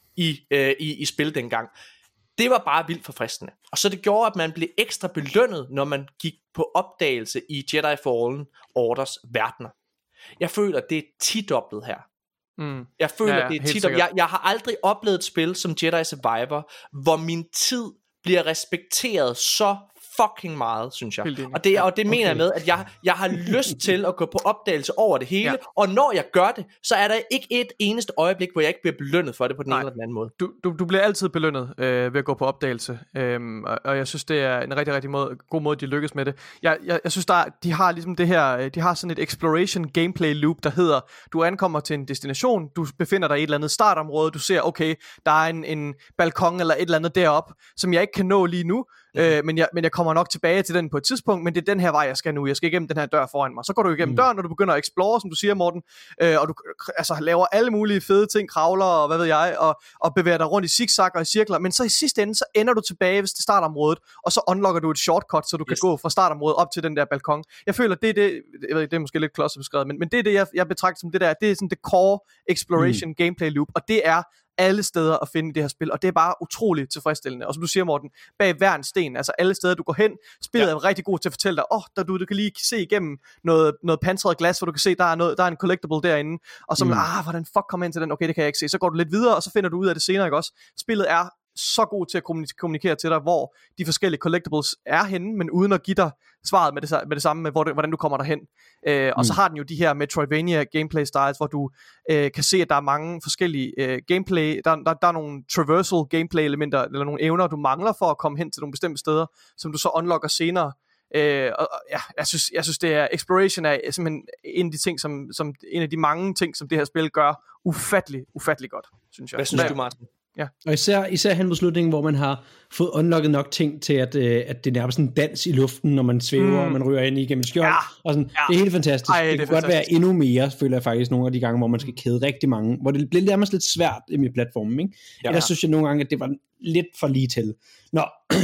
i spil dengang, det var bare vildt forfriskende. Og så det gjorde, at man blev ekstra belønnet, når man gik på opdagelse i Jedi Fallen Orders verdener. Jeg føler, det er 10-doblet her. Jeg føler, det er 10-doblet. Jeg har aldrig oplevet et spil som Jedi Survivor, hvor min tid bliver respekteret så fucking meget, synes jeg. Og det mener jeg med, at jeg har lyst til at gå på opdagelse over det hele, og når jeg gør det, så er der ikke et eneste øjeblik, hvor jeg ikke bliver belønnet for det på den ene eller den anden måde. Du bliver altid belønnet ved at gå på opdagelse, og jeg synes, det er en rigtig, rigtig god måde, de lykkes med det. Jeg synes, de har ligesom det her, de har sådan et exploration gameplay loop, der hedder, du ankommer til en destination, du befinder dig i et eller andet startområde, du ser, okay, der er en balkon eller et eller andet deroppe, som jeg ikke kan nå lige nu, men jeg kommer nok tilbage til den på et tidspunkt, men det er den her vej, jeg skal nu. Jeg skal igennem den her dør foran mig. Så går du igennem døren, når du begynder at explore, som du siger, Morten, og du laver alle mulige fede ting, kravler og hvad ved jeg, og bevæger dig rundt i zigzagger og i cirkler, men så i sidste ende, så ender du tilbage ved startområdet, og så unlocker du et shortcut, så du kan gå fra startområdet op til den der balkon. Jeg føler, det er det, jeg ved ikke, det er måske lidt klodset beskrevet, men det er det, jeg betragter som det der, det er sådan det core exploration gameplay loop, og det er alle steder at finde i det her spil, og det er bare utroligt tilfredsstillende. Og som du siger, Morten, bag hver en sten, altså alle steder du går hen, spillet er rigtig god til at fortælle dig, du kan lige se igennem noget pansret glas, hvor du kan se, der er en collectible derinde, og så hvordan fuck kommer jeg ind til den? Okay, det kan jeg ikke se. Så går du lidt videre, og så finder du ud af det senere, ikke også? Spillet er så god til at kommunikere til dig, hvor de forskellige collectibles er henne, men uden at give dig svaret med det samme, med hvordan du kommer derhen. Og så har den jo de her Metroidvania gameplay styles, hvor du kan se, at der er mange forskellige gameplay, der er nogle traversal gameplay elementer, eller nogle evner, du mangler for at komme hen til nogle bestemte steder, som du så unlocker senere. Jeg synes det er exploration er simpelthen en af de ting, som en af de mange ting, som det her spil gør ufattelig godt, synes jeg. Hvad synes du, Martin? Ja. Og især hen mod slutningen, hvor man har fået unlocket nok ting til, at det er nærmest en dans i luften, når man svæver, og man ryger ind igennem skjold. Og sådan. Det er helt fantastisk. Det kan godt være endnu mere, føler jeg faktisk, nogle af de gange, hvor man skal kæde rigtig mange, hvor det bliver nærmest lidt svært i platformen, ikke? Ellers synes jeg nogle gange, at det var lidt for lige til. Nå,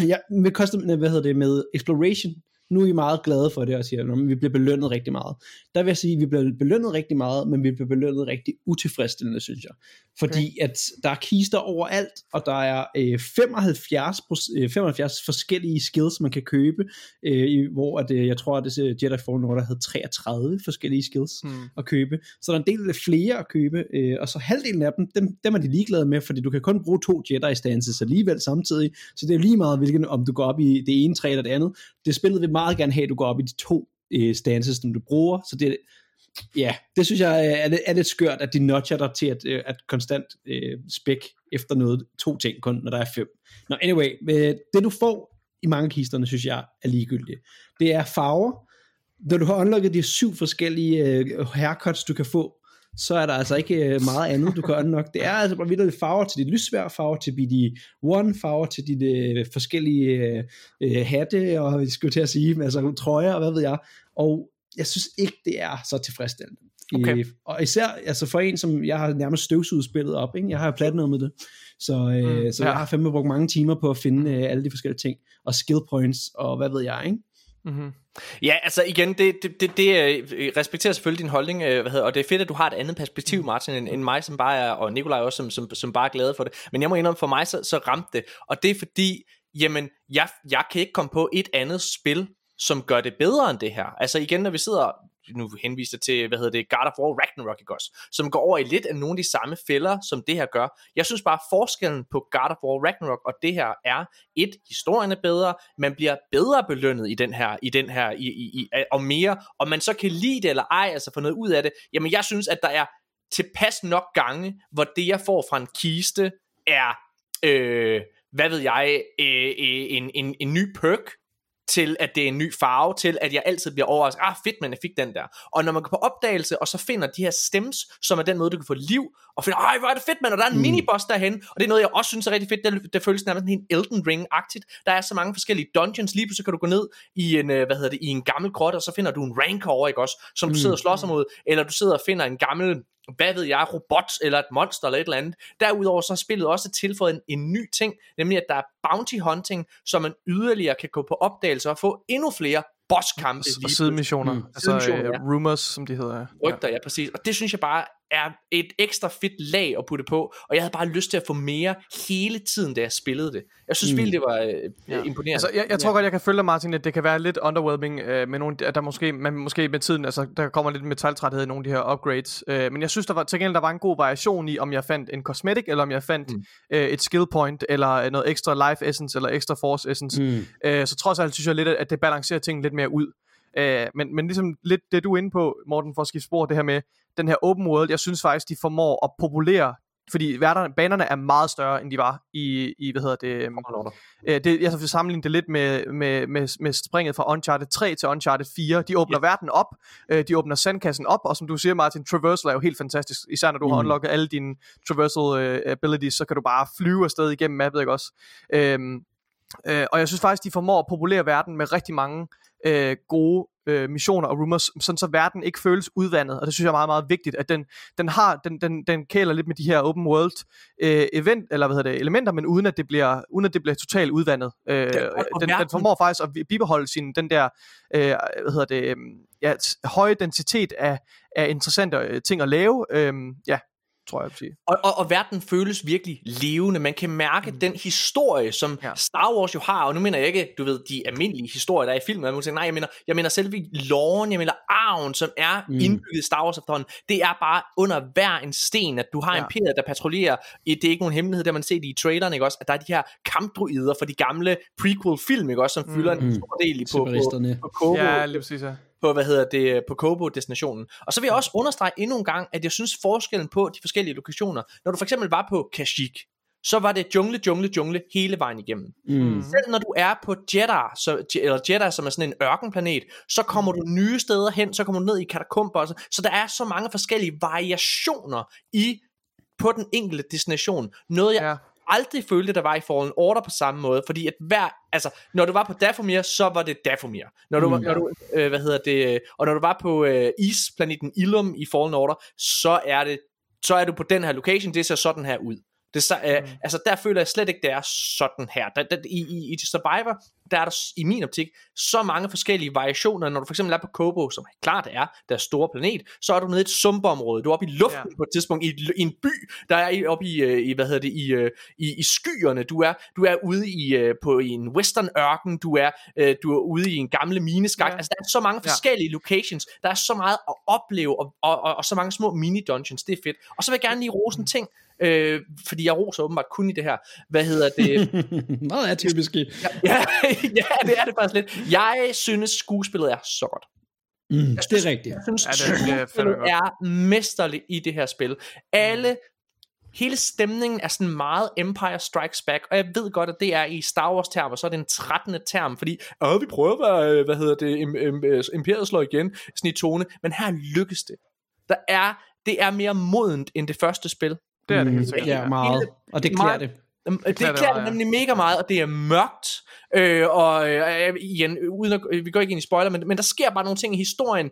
med Exploration, nu er I meget glade for det, og siger, at vi bliver belønnet rigtig meget. Der vil jeg sige, at vi bliver belønnet rigtig meget, men vi bliver belønnet rigtig utilfredsstillende, synes jeg. Fordi at der er kister overalt, og der er 75 forskellige skills, man kan købe, hvor jeg tror, at det Jedi Fallen Order havde 33 forskellige skills at købe. Så der er en del flere at købe, og så halvdelen af dem er de ligeglade med, fordi du kan kun bruge 2 Jedi stances alligevel samtidig, så det er lige meget, om du går op i det ene træ eller det andet. Det spillet vil meget gerne have, at du går op i de 2 stances, som du bruger, så det synes jeg er lidt skørt, at de notcher dig til at konstant spæk efter 2 ting kun, når der er 5. Nå, anyway, det du får i mange kisterne, synes jeg er ligegyldigt. Det er farver. Når du har unlocket de 7 forskellige haircuts, du kan få, så er der altså ikke meget andet, du kan unlock. Det er altså bare vildt farver til dit lysvær, farver til BD-1, farver til de forskellige hatte, og jeg skulle til at sige, altså trøjer, og hvad ved jeg. Og jeg synes ikke, det er så tilfredsstillende. Okay. Og især altså for en, som jeg har nærmest støvsuget spillet op, ikke? Jeg har platinum med det, så jeg har fandme brugt mange timer på at finde alle de forskellige ting, og skill points, og hvad ved jeg, ikke? Mm-hmm. Ja, altså igen, det respekterer selvfølgelig din holdning, og det er fedt, at du har et andet perspektiv, Martin, end mig, som bare er, og Nikolaj også, som bare er glade for det. Men jeg må indrømme, for mig så ramte det, og det er fordi, jamen, jeg kan ikke komme på et andet spil, som gør det bedre end det her. Altså igen, når vi sidder, nu henviser til, God of War Ragnarok, ikke også, som går over i lidt af nogle af de samme fælder, som det her gør. Jeg synes bare, forskellen på God of War Ragnarok og det her er, historien er bedre, man bliver bedre belønnet i den her, og mere, og man så kan lide det eller ej, altså få noget ud af det. Jamen, jeg synes, at der er tilpas nok gange, hvor det, jeg får fra en kiste, er, en ny perk, til at det er en ny farve, til at jeg altid bliver overrasket, fedt, men jeg fik den der. Og når man går på opdagelse, og så finder de her stems, som er den måde, du kan få liv, og finder, hvor er det fedt, man, og der er en miniboss derhen, og det er noget, jeg også synes er rigtig fedt, det føles nærmest en Elden Ring-agtigt. Der er så mange forskellige dungeons, lige pludselig kan du gå ned i en, i en gammel grotte, og så finder du en rancor over, ikke også, som du sidder og slås mod, eller du sidder og finder en gammel, robot eller et monster eller et eller andet. Derudover så har spillet også tilføjet en ny ting, nemlig at der er bounty hunting, så man yderligere kan gå på opdagelse og få endnu flere bosskampe. Og sidemissioner, rumors, som de hedder. Rygter, ja, præcis. Og det synes jeg bare er et ekstra fedt lag at putte på, og jeg havde bare lyst til at få mere hele tiden, da jeg spillede det. Jeg synes virkelig, det var imponerende. Altså, jeg tror godt, jeg kan følge dig, Martin, at det kan være lidt underwhelming med nogle, der man måske med tiden, altså der kommer lidt metaltræthed i nogle af de her upgrades, men jeg synes, der var en god variation i, om jeg fandt en cosmetic, eller om jeg fandt et skill point, eller noget ekstra life essence, eller ekstra force essence. Så trods alt synes jeg lidt, at det balancerer tingene lidt mere ud. Men ligesom lidt det du er inde på, Morten, for at skifte spor, det her med den her open world, jeg synes faktisk, de formår at populere, fordi banerne er meget større, end de var i jeg vil sammenligne det lidt med springet fra Uncharted 3 til Uncharted 4. De åbner verden op, de åbner sandkassen op, og som du siger, Martin, traversal er jo helt fantastisk, især når du har unlocket alle dine traversal abilities, så kan du bare flyve afsted igennem mappet, ikke også? Og jeg synes faktisk, de formår at populere verden med rigtig mange gode missioner og rumors, sådan så verden ikke føles udvandet, og det synes jeg er meget, meget vigtigt, at den kæler lidt med de her open world elementer, men uden at det bliver totalt udvandet. Den formår faktisk at bibeholde den der høje densitet af interessante ting at lave. Tror jeg, sige. Og verden føles virkelig levende. Man kan mærke den historie, som Star Wars jo har, og nu mener jeg ikke, du ved, de almindelige historier, der er i filmen. Nej, jeg mener selve loven, jeg mener arven, som er indbygget i Star Wars efterhånden. Det er bare under hver en sten, at du har imperiet, der patruljerer. Det er ikke nogen hemmelighed, der man ser det i traileren, ikke også? At der er de her kampdruider fra de gamle prequel-film, ikke også? Som fylder en stor del på Kobo. Ja, lige præcis, ja. På Kobo-destinationen. Og så vil jeg også understrege endnu en gang, at jeg synes forskellen på de forskellige lokationer, når du for eksempel var på Kashyyyk, så var det jungle hele vejen igennem. Selv når du er på Jeddah, som er sådan en ørkenplanet, så kommer du nye steder hen, så kommer du ned i katakomber, så der er så mange forskellige variationer på den enkelte destination. Noget jeg aldrig følte, der var i Fallen Order på samme måde, fordi at når du var på Dathomir, så var det Dathomir. Når du når du var på isplaneten Ilum i Fallen Order, så er du på den her location, det ser sådan her ud. Der føler jeg slet ikke, det er sådan her. I Survivor, der er der i min optik så mange forskellige variationer. Når du for eksempel er på Kobo, som klart er deres store planet, så er du nede i et sumpområde. Du er oppe i luften på et tidspunkt i en by, der er oppe i skyerne. Du er ude på en western ørken. Du er ude i en gamle mineskak. Altså der er så mange forskellige locations. Der er så meget at opleve og så mange små mini dungeons. Det er fedt. Og så vil jeg gerne lige rose en ting. Fordi jeg roser åbenbart kun i det her. Meget er typisk. Ja, det er det faktisk lidt. Jeg synes skuespillet er så godt. Det er rigtigt. Jeg synes skuespillet er mesterligt i det her spil. Hele stemningen er sådan meget Empire Strikes Back, og jeg ved godt, at det er i Star Wars termer, så er det en 13. term, fordi vi prøver at være, Imperiet slår igen, sådan i tone, men her lykkes det. Det er mere modent end det første spil. Det er det helt sikkert. Ja, meget. Og det klæder det. Det klæder det nemlig mega meget, og det er mørkt. Igen, vi går ikke ind i spoiler, men der sker bare nogle ting i historien,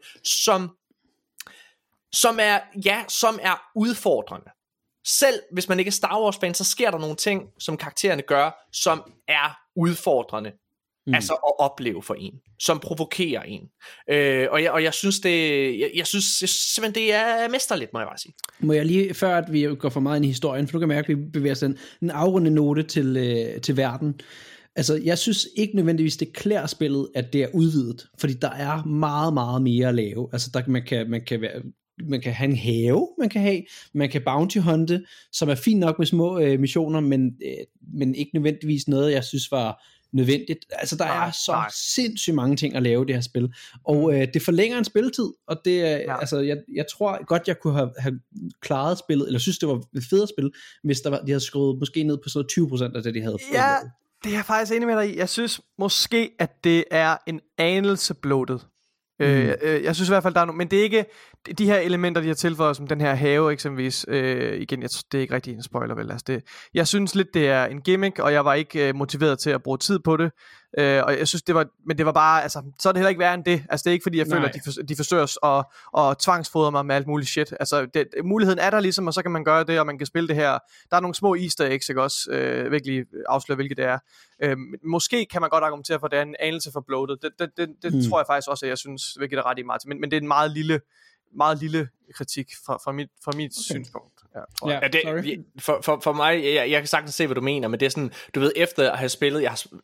som er udfordrende. Selv hvis man ikke er Star Wars fan, så sker der nogle ting, som karaktererne gør, som er udfordrende. Altså at opleve for en, som provokerer en. Og jeg synes simpelthen det er mesterligt, må jeg bare sige. Må jeg lige, før at vi går for meget ind i historien, for du kan mærke, at vi bevæger os en afrundende note til verden. Altså, jeg synes ikke nødvendigvis, det klæder spillet, at det er udvidet, fordi der er meget, meget mere at lave. Altså, man kan have en have, man kan bounty hunte, som er fint nok med små missioner, men ikke nødvendigvis noget, jeg synes var nødvendigt. Altså der er så sindssygt mange ting at lave i det her spil, og det forlænger en spilletid, og det altså jeg tror godt jeg kunne have klaret spillet, eller synes det var et federe spil, hvis de havde skruet måske ned på sådan 20% af det de havde fået. Ja, det er jeg faktisk enig med dig i. Jeg synes måske at det er en anelse bloated. Jeg synes i hvert fald der er men det er ikke de her elementer de har tilføjet, som den her have eksempelvis. Igen, det er ikke rigtig en spoiler vel. Altså jeg synes lidt det er en gimmick, og jeg var ikke motiveret til at bruge tid på det. Og jeg synes det var bare, altså så er det heller ikke værre end det. Altså det er ikke fordi jeg føler at de forsøger at tvangsfodre mig med alt muligt shit. Altså muligheden er der ligesom, og så kan man gøre det, og man kan spille det her. Der er nogle små easter eggs, ikke også? Virkelig afsløre hvilket det er. Måske kan man godt argumentere for at det er en anelse for bloated. Det tror jeg faktisk også at jeg synes, hvilket er ret i Martin. Men det er en meget lille kritik fra mit synspunkt. Ja, for mig, jeg kan sagtens se hvad du mener, men det er sådan, du ved, efter at have spillet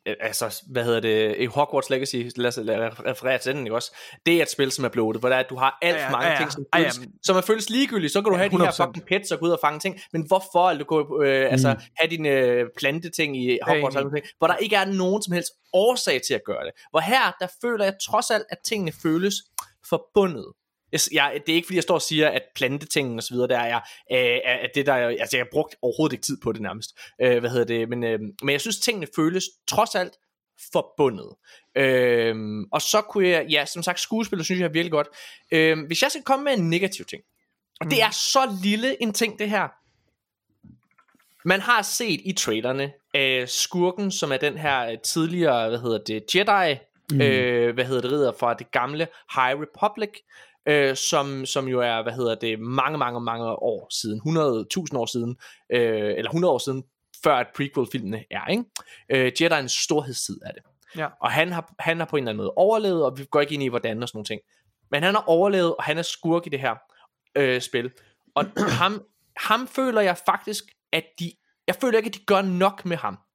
i Hogwarts Legacy, lad os referere til den, ikke også? Det er et spil som er bloated, hvor der er, at du har alt for mange ting som føles ligegyldigt. Så kan du have de her fucking pets og gå ud og fange ting, men hvorfor du gå have dine planteting i Hogwarts, hvor der ikke er nogen som helst årsag til at gøre det. Hvor her, der føler jeg trods alt, at tingene føles forbundet. Det er ikke fordi jeg står og siger at plantetingen og så videre der er det der altså jeg har brugt overhovedet ikke tid på det nærmest. Men jeg synes tingene føles trods alt forbundet. Og så kunne jeg som sagt skuespillet synes jeg er virkelig godt. Hvis jeg skal komme med en negativ ting, og det er så lille en ting det her. Man har set i trailerne skurken, som er den her tidligere Jedi ridder fra det gamle High Republic. Som jo er mange år siden, 100.000 år siden, eller 100 år siden, før at prequel-filmene er, ikke? Jedi'ens storhedstid er det. Ja. Og han har på en eller anden måde overlevet, og vi går ikke ind i hvordan og sådan nogle ting. Men han har overlevet, og han er skurk i det her spil. Og ham føler jeg faktisk, jeg føler ikke, at de gør nok med ham.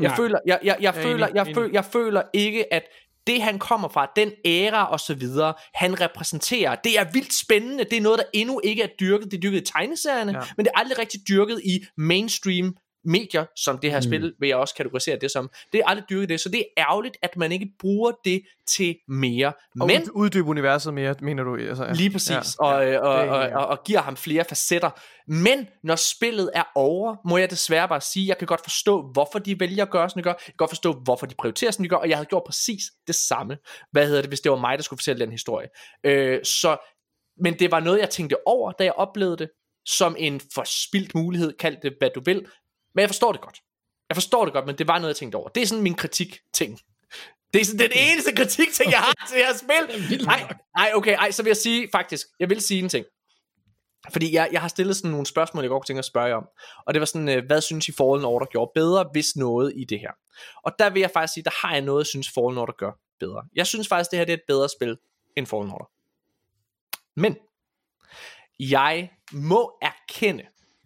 Jeg føler ikke, at det han kommer fra, den æra og så videre, han repræsenterer, det er vildt spændende, det er noget der endnu ikke er dyrket, det er dyrket i tegneserierne, men det er aldrig rigtig dyrket i mainstream medier, som det her spil vil jeg også kategorisere det som. Det er aldrig dyrket det, så det er ærgerligt at man ikke bruger det til mere. Men uddybe universet mere, mener du? Altså, ja. Lige præcis, og giver ham flere facetter. Men når spillet er over, må jeg desværre bare sige, jeg kan godt forstå, hvorfor de vælger at gøre, som de gør. Jeg kan godt forstå, hvorfor de prioriterer, som de gør, og jeg havde gjort præcis det samme. Hvis det var mig, der skulle fortælle den historie. Men det var noget, jeg tænkte over, da jeg oplevede det, som en forspildt mulighed, kald det hvad du vil. Men jeg forstår det godt. Jeg forstår det godt, men det var noget, jeg tænkte over. Det er sådan min kritik-ting. Det er sådan den eneste kritik-ting, jeg har til det her spil. Nej, så vil jeg sige, faktisk, jeg vil sige en ting. Fordi jeg har stillet sådan nogle spørgsmål, jeg godt kunne tænke at spørge jer om. Og det var sådan, hvad synes I Fallen Order gjorde bedre, hvis noget i det her? Og der vil jeg faktisk sige, der har jeg noget, jeg synes Fallen Order gør bedre. Jeg synes faktisk, det her det er et bedre spil end Fallen Order. Men jeg må erkende,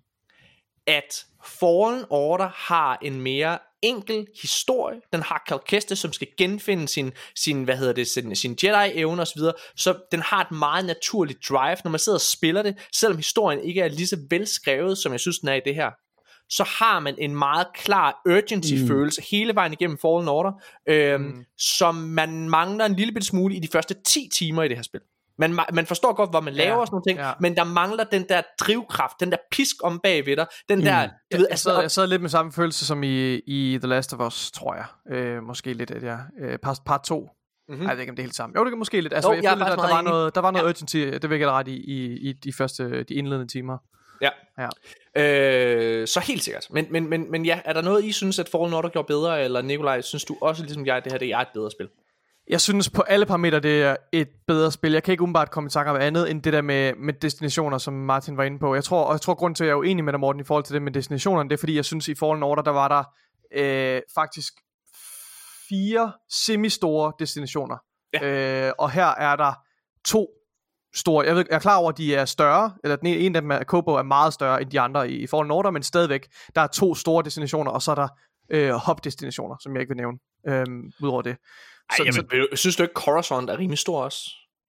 at Fallen Order har en mere enkel historie. Den har Cal Kestis, som skal genfinde sin Jedi-evne osv. Så den har et meget naturligt drive, når man sidder og spiller det. Selvom historien ikke er lige så velskrevet, som jeg synes, den er i det her, så har man en meget klar urgency-følelse hele vejen igennem Fallen Order, som man mangler en lille bitte smule i de første 10 timer i det her spil. Man forstår godt, hvor man laver sådan nogle ting, men der mangler den der drivkraft, den der pisk om bagved dig, den der, du ved, jeg sad lidt med samme følelse som i The Last of Us, tror jeg. Måske lidt, at part 2. Jeg ved ikke, om det er helt sammen. Jo, det kan måske lidt. Altså, jeg følte, der var noget urgency, det vil jeg ret i de indledende timer. Ja. Så helt sikkert. Men ja, er der noget, I synes, at Fallen Order gjorde bedre, eller Nikolaj, synes du også, ligesom jeg, at det her det er et bedre spil? Jeg synes på alle parametre, det er et bedre spil. Jeg kan ikke umiddelbart komme i tanke om andet, end det der med destinationer, som Martin var inde på. Jeg tror grunden til, at jeg er uenig med dig, Morten, i forhold til det med destinationerne, det er, fordi jeg synes, i Fallen Order, der var der faktisk 4 semistore destinationer. Ja. Og her er der 2 store. Jeg er klar over, at de er større, eller den ene af dem, Kobo, er meget større end de andre i Fallen Order, men stadigvæk, der er 2 store destinationer, og så er der hop-destinationer, som jeg ikke vil nævne, udover det. Synes du ikke Coruscant er rimelig stor også?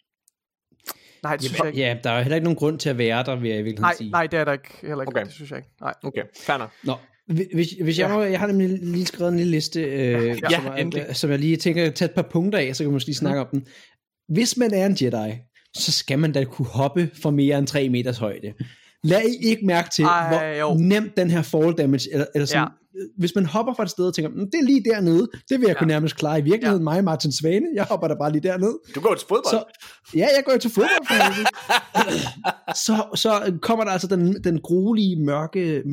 Nej, det synes jeg ikke. Ja, der er heller ikke nogen grund til at være der, vil jeg i virkeligheden sige. Nej, det er der ikke. Heller ikke. Okay. Det synes jeg ikke. Nej. Okay, fair nok. Nå, hvis jeg har nemlig lige skrevet en lille liste, som jeg lige tænker at tage et par punkter af, så kan vi måske lige snakke om den. Hvis man er en Jedi, så skal man da kunne hoppe for mere end 3 meters højde. Lad I ikke mærke til, hvor nemt den her fall damage, eller sådan, hvis man hopper fra et sted og tænker, det er lige dernede, det vil jeg kunne nærmest klare i virkeligheden, mig Martin Svane, jeg hopper der bare lige dernede. Du går til fodbold? Jeg går til fodbold. så kommer der altså den gruelige, mørke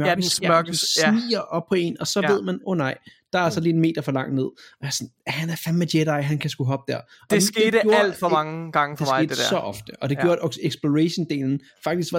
sniger op på en, og så ved man, nej, der er altså lige 1 meter for langt ned. Og jeg er sådan, han er fandme Jedi, han kan sgu hoppe der. Det skete alt for mange gange for mig, det der. Det skete så ofte, og det gjorde, at exploration-delen faktisk var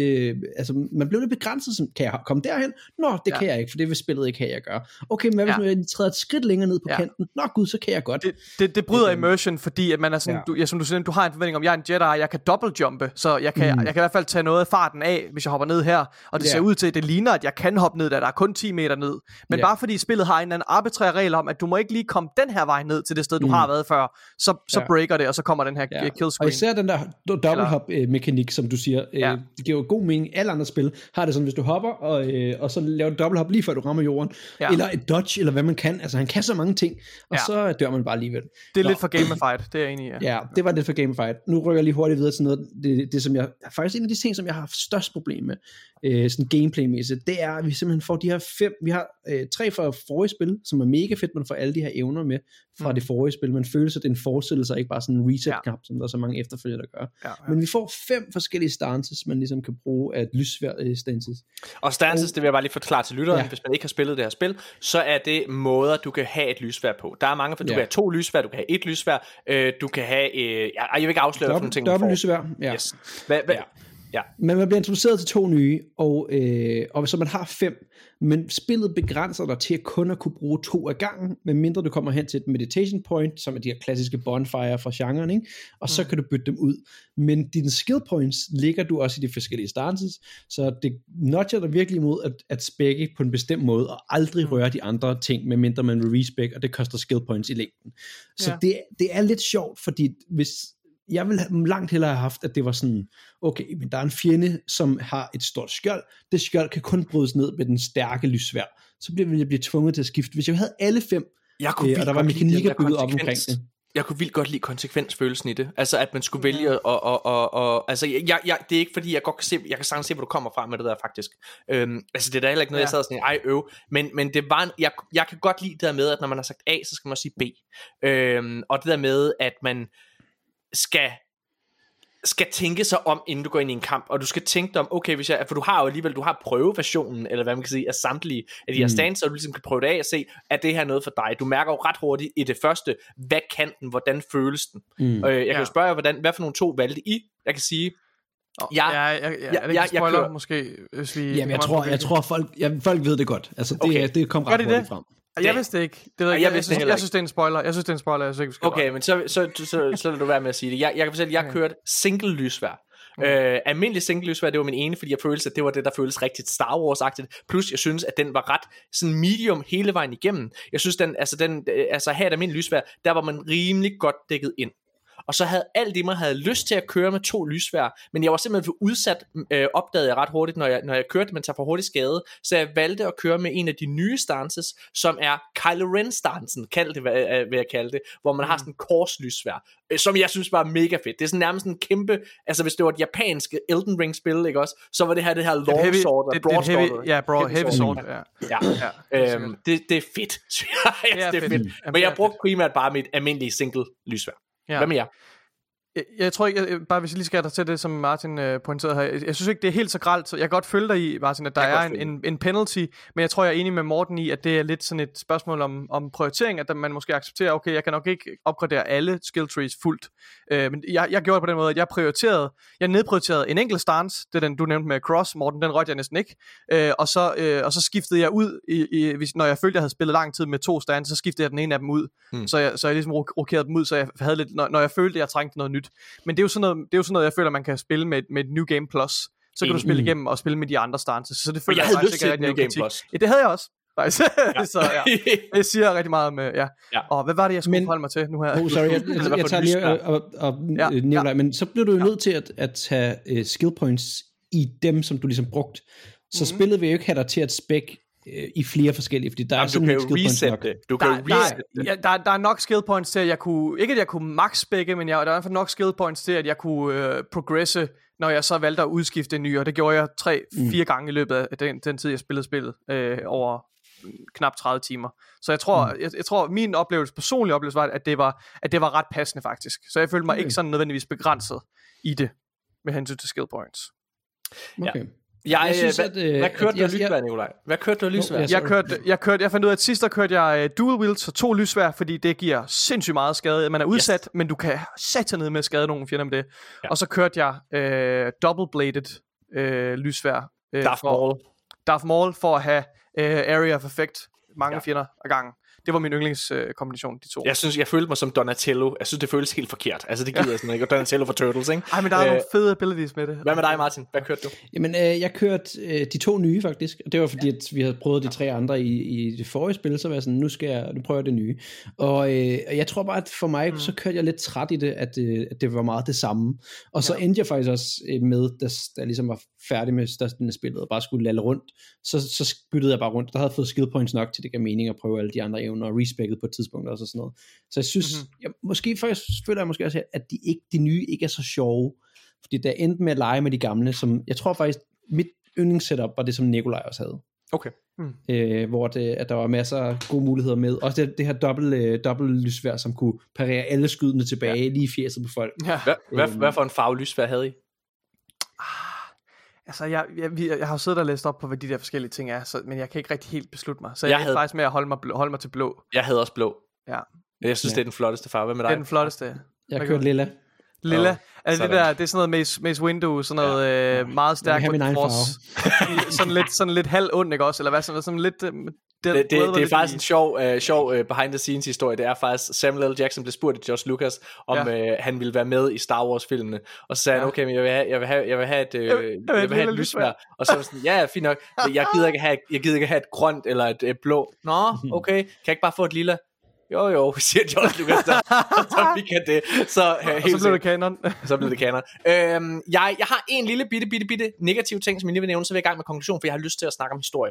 lidt, man blev lidt begrænset, som, kan jeg komme derhen? Nå, det kan jeg ikke, for det vil spillet ikke have, jeg gør. Okay, men hvad hvis jeg træder et skridt længere ned på kanten? Nå gud, så kan jeg godt. Det bryder immersion, fordi at man er sådan, som du siger, du har en forventning om, jeg er en Jedi, jeg kan dobbeltjumpe, så jeg kan i hvert fald tage noget af farten af, hvis jeg hopper ned her, og det ser ud til, at det ligner, at jeg kan hoppe ned, der er kun 10 meter ned. Men bare fordi spillet har en eller anden arbitrær regel om, at du må ikke lige komme den her vej ned til det sted, du har været før, så breaker det, og så kommer den her kill screen. Og især den der double hop mekanik, som du siger, det giver jo god mening. Alle andre spil har det sådan, hvis du hopper, og så laver du double hop lige før du rammer jorden, eller et dodge, eller hvad man kan. Altså han kan så mange ting, og så dør man bare alligevel. Det er lidt for gamified, det er jeg enig i. Ja, det var lidt for gamified. Nu rykker jeg lige hurtigt videre til noget, det som jeg, faktisk en af de ting, som jeg har haft størst problem med, sådan gameplay-mæssigt, det er, at vi simpelthen får de her 5, vi har 3 fra forrige spil, som er mega fedt, man får alle de her evner med fra det forrige spil, man føler sig, at det er en fortsættelse, og ikke bare sådan en reset-kamp, som der er så mange efterfølgere, der gør. Men vi får 5 forskellige stances, man ligesom kan bruge af lysvær-stances. Og stances, det vil jeg bare lige forklare til lytteren, hvis man ikke har spillet det her spil, så er det måder, du kan have et lysvær på. Der er mange, for du kan have 2 lysvær, du kan have 1 lysvær, du kan have, jeg vil ikke afsløre nogle ting. Dobbelt lysvær, Yes. Ja. Men man bliver introduceret til 2 nye, og så man har 5, men spillet begrænser dig til kun at kunne bruge 2 af gangen, medmindre du kommer hen til et meditation point, som er de her klassiske bonfire fra genren, ikke? Og så kan du bytte dem ud. Men dine skill points ligger du også i de forskellige stances, så det nudger dig virkelig imod at spække på en bestemt måde, og aldrig røre de andre ting, medmindre man vil respec, og det koster skill points i længden. Så det er lidt sjovt, fordi hvis jeg ville langt hellere have haft, at det var sådan, okay, men der er en fjende, som har et stort skjold. Det skjold kan kun brydes ned med den stærke lysvær. Så ville jeg blive tvunget til at skifte. Hvis jeg havde alle 5, og der var mekanikker bygget op omkring det. Jeg kunne vildt godt lide konsekvensfølelsen i det. Altså at man skulle vælge og altså det er ikke fordi jeg godt kan se, jeg kan sagtens se hvor du kommer fra med det der faktisk. Altså det er da heller ikke noget jeg sad sådan men det var jeg kan godt lide det der med at når man har sagt A, så skal man også sige B. Og det der med at man skal skal tænke sig om, inden du går ind i en kamp, og du skal tænke dig om, okay, for du har jo alligevel, du har prøveversionen, eller hvad man kan sige, af samtlige af de her stands, så du ligesom kan prøve det af og se, at det her noget for dig. Du mærker jo ret hurtigt i det første, hvad kan den, hvordan føles den? Jeg kan jo spørge jer, hvad for nogle 2 valgte I? Jeg kan sige, jeg kører måske, hvis vi... Jamen, jeg tror folk ved det godt. Altså, det kom ret hurtigt frem. Jeg vidste det ikke. Jeg synes, det er en spoiler. Jeg synes, det er en spoiler. Jeg synes ikke, okay, men så lader du være med at sige det. Jeg kan fortælle, jeg kørte single lysvær. Almindelig single lysvær, det var min ene, fordi jeg følte, at det var det, der føltes rigtig Star Wars-agtigt. Plus, jeg synes, at den var ret sådan medium hele vejen igennem. Jeg synes, altså her et almindelig lysvær, der var man rimelig godt dækket ind. Og så havde alt i mig havde lyst til at køre med 2 lysvær, men jeg var simpelthen for udsat, opdagede jeg ret hurtigt, når jeg kørte, men tager for hurtigt skade, så jeg valgte at køre med en af de nye stances, som er Kylo Ren-stansen, vil jeg kalde det, hvor man har sådan en korslysvær, som jeg synes var mega fedt. Det er sådan nærmest en kæmpe, altså hvis det var et japansk Elden Ring spil, ikke også, så var det her long sword og broadsword. Heavy sword, det er fedt. Det er fedt. Men jeg brugte primært bare mit almindelige single lysvær. Ja. Hvad med jer? Jeg tror ikke, bare hvis jeg lige skal der til det, som Martin pointerede her, jeg synes ikke, det er helt så grelt, så jeg kan godt følge dig i, Martin, at der er en penalty, men jeg tror, jeg er enig med Morten i, at det er lidt sådan et spørgsmål om prioritering, at man måske accepterer, okay, jeg kan nok ikke opgradere alle skill trees fuldt, men jeg gjorde det på den måde, at jeg nedprioriterede en enkelt stance, det er den, du nævnte med cross, Morten, den røgte jeg næsten ikke, og så skiftede jeg ud, når jeg følte, jeg havde spillet lang tid med 2 stances, så skiftede jeg den ene af dem ud, så jeg ligesom rokerede dem ud, så jeg havde lidt, når jeg følte, jeg trængte noget nyt. Men det er jo sådan noget, jeg føler, man kan spille med et New Game Plus. Så kan du spille igennem og spille med de andre stances. Så det føler jeg havde lyst til et New Game Plus. Ja, det havde jeg også. Faktisk. Så det siger rigtig meget med, Og hvad var det, jeg skulle forholde mig til nu her? Sorry, jeg tager lige Nikolaj, men så bliver du jo nødt til at tage skill points i dem, som du ligesom brugt. Så spillet vil jo ikke have dig til at spec i flere forskellige, fordi der er simpelthen skill points nok. Der er nok skill points til, at jeg kunne, ikke at jeg kunne max begge, men der er i hvert fald nok skill points til, at jeg kunne progresse, når jeg så valgte at udskifte en ny, og det gjorde jeg 3-4 gange i løbet af den tid, jeg spillede spillet, over knap 30 timer. Så jeg tror min personlige oplevelse var, at det var ret passende faktisk. Så jeg følte mig ikke sådan nødvendigvis begrænset i det, med hensyn til skill points. Okay. Hvad kørte du af lysvær, Nikolaj? Hvad kørte du af lysvær? Jeg fandt ud af, at sidst der kørte jeg dual wield, så 2 lysvær, fordi det giver sindssygt meget skade. Man er udsat, men du kan sætte ned med at skade nogle fjender med det. Ja. Og så kørte jeg double-bladed lysvær. Darth Maul for at have area of effect, mange fjender ad gangen. Det var min yndlingskombination, de 2. Jeg følte mig som Donatello. Jeg synes, det føles helt forkert. Altså, det gider jeg sådan ikke. Og Donatello for Turtles, ikke? Ej, men der er nogle fede abilities med det. Hvad med dig, Martin? Hvad kørte du? Jamen, jeg kørte de 2 nye, faktisk. Og det var fordi, at vi havde prøvet de 3 andre i det forrige spil. Så var jeg sådan, nu prøver jeg det nye. Og jeg tror bare, at for mig, så kørte jeg lidt træt i det, at det var meget det samme. Og så endte jeg faktisk også med, da jeg ligesom var færdig med størstedelen af spillet, og bare skulle lalle rundt. Så byttede jeg bare rundt. Der havde fået skill points nok til, det gav mening at prøve alle de andre evner, og respected på et tidspunkt også og sådan noget. Så jeg synes, måske faktisk føler jeg måske også, at de nye ikke er så sjove, fordi der endte med at lege med de gamle, som jeg tror faktisk, mit yndlingssetup var det, som Nikolaj også havde. Okay. Hvor at der var masser af gode muligheder med. Også det her dobbelt lysvær, som kunne parere alle skydene tilbage lige i fjeset på folk. Ja. Hvad for en farve lysvær havde I? Altså, jeg har jo siddet og læst op på, hvad de der forskellige ting er, men jeg kan ikke rigtig helt beslutte mig. Så jeg er faktisk med at holde mig til blå. Jeg havde også blå. Ja. Jeg synes, det er den flotteste farve. Hvad med dig? Det er den flotteste. Jeg kørte lilla. Lilla. Altså det der, det er sådan noget Mace Windu, sådan noget meget stærkt sådan lidt halv ond, ikke også? Eller hvad sådan lidt det er faktisk en sjov behind the scenes historie. Det er faktisk Samuel L. Jackson blev spurgt af George Lucas om han ville være med i Star Wars filmene, og så sagde han, okay, men jeg vil have et lysvær, og så var sådan, ja, fint nok, jeg gider ikke have et grønt eller et blå. Nå, okay, kan jeg ikke bare få et lilla? Jo, siger George Lucas der. Så fik han det. Så blev det kanon. Så blev det kanon. Jeg har en lille bitte negativ ting, som jeg lige vil nævne, så vil jeg i gang med konklusion, for jeg har lyst til at snakke om historie.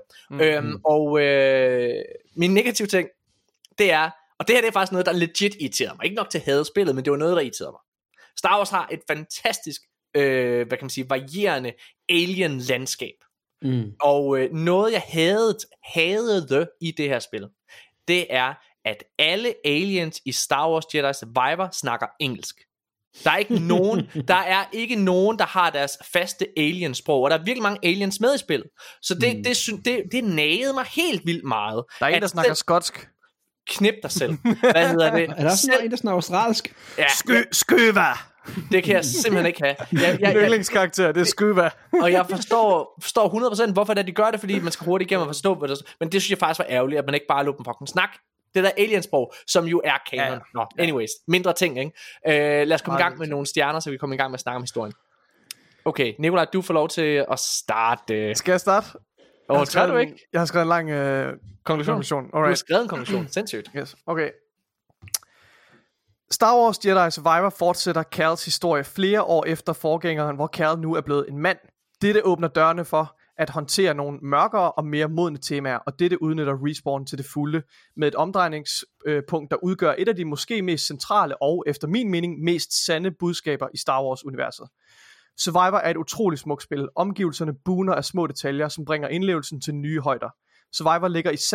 Min negative ting, det er, og det her det er faktisk noget, der legit irriterer mig. Ikke nok til at hade spillet, men det var noget, der irriterede mig. Star Wars har et fantastisk, hvad kan man sige, varierende alien-landskab. Og noget, jeg hadede i det her spil, det er, at alle aliens i Star Wars Jedi Survivor snakker engelsk. Der er ikke nogen, der har deres faste aliensprog, og der er virkelig mange aliens med i spil. Så det nagede mig helt vildt meget. Der er en, der snakker skotsk. Knip dig selv. Hvad hedder det? Er der også en, der snakker australsk? Ja. Skøva! Det kan jeg simpelthen ikke have. Yndlingskarakter, det er Skøva. Og jeg forstår 100% hvorfor de gør det, fordi man skal hurtigt igennem at forstå, hvad det er. Men det synes jeg faktisk var ærgerligt, at man ikke bare lå dem fucking snak. Det der aliensprog, som jo er canon. Ja. Nå, anyways, mindre ting, ikke? Lad os komme i gang med nogle stjerner, så vi kommer i gang med at snakke om historien. Okay, Nikolaj, du får lov til at starte. Skal jeg starte? Tror du ikke? Jeg har skrevet en lang konklusion. Du har skrevet en konklusion, sindssygt. Yes, okay. Star Wars Jedi Survivor fortsætter Cals historie flere år efter forgængeren, hvor Cal nu er blevet en mand. Dette åbner dørene for at håndtere nogle mørkere og mere modne temaer, og dette udnytter Respawn til det fulde, med et omdrejningspunkt, der udgør et af de måske mest centrale og, efter min mening, mest sande budskaber i Star Wars-universet. Survivor er et utroligt smukt spil. Omgivelserne buner af små detaljer, som bringer indlevelsen til nye højder. Survivor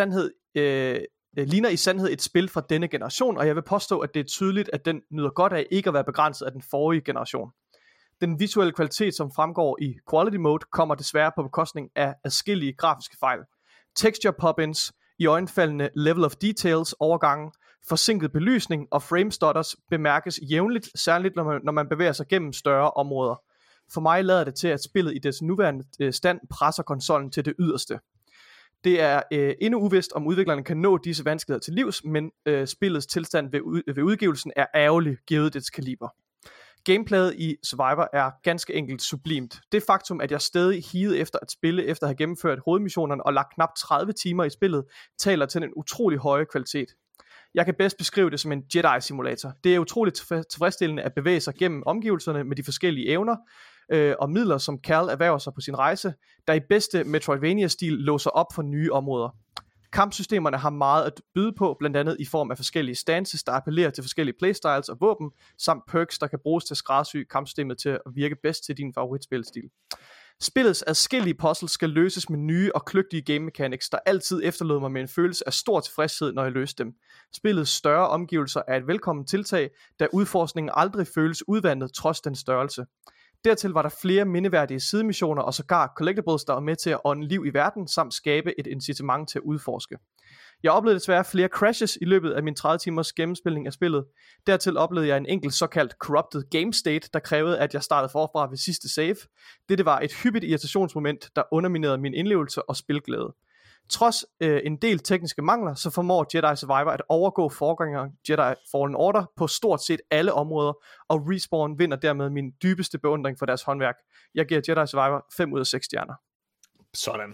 ligner i sandhed et spil fra denne generation, og jeg vil påstå, at det er tydeligt, at den nyder godt af ikke at være begrænset af den forrige generation. Den visuelle kvalitet, som fremgår i Quality Mode, kommer desværre på bekostning af adskillige grafiske fejl. Texture pop-ins, iøjnefaldende level of details, overgangen, forsinket belysning og frame stutters bemærkes jævnligt, særligt når man bevæger sig gennem større områder. For mig lader det til, at spillet i dets nuværende stand presser konsollen til det yderste. Det er endnu uvist, om udviklerne kan nå disse vanskeligheder til livs, men spillets tilstand ved udgivelsen er ærgerlig, givet dets kaliber. Gameplayet i Survivor er ganske enkelt sublimt. Det faktum, at jeg stadig higede efter at spille, efter at have gennemført hovedmissionerne og lagt knap 30 timer i spillet, taler til en utrolig høje kvalitet. Jeg kan bedst beskrive det som en Jedi-simulator. Det er utroligt tilfredsstillende at bevæge sig gennem omgivelserne med de forskellige evner og midler, som Cal erhverver sig på sin rejse, der i bedste Metroidvania-stil låser op for nye områder. Kampsystemerne har meget at byde på, blandt andet i form af forskellige stances, der appellerer til forskellige playstyles og våben, samt perks, der kan bruges til at skræddersy kampsystemet til at virke bedst til din favoritspilstil. Spillets adskillige puzzles skal løses med nye og kløgtige game mechanics, der altid efterlod mig med en følelse af stor tilfredshed, når jeg løste dem. Spillets større omgivelser er et velkommen tiltag, da udforskningen aldrig føles udvandet trods den størrelse. Dertil var der flere mindeværdige sidemissioner og sågar collectibles, der var med til at ånde liv i verden, samt skabe et incitament til at udforske. Jeg oplevede desværre flere crashes i løbet af min 30 timers gennemspilning af spillet. Dertil oplevede jeg en enkelt såkaldt corrupted game state, der krævede, at jeg startede forfra ved sidste save. Dette var et hyppigt irritationsmoment, der underminerede min indlevelse og spilglæde. Trods en del tekniske mangler, så formår Jedi Survivor at overgå forgængeren Jedi Fallen Order på stort set alle områder, og Respawn vinder dermed min dybeste beundring for deres håndværk. Jeg giver Jedi Survivor 5 ud af 6 stjerner. Sådan.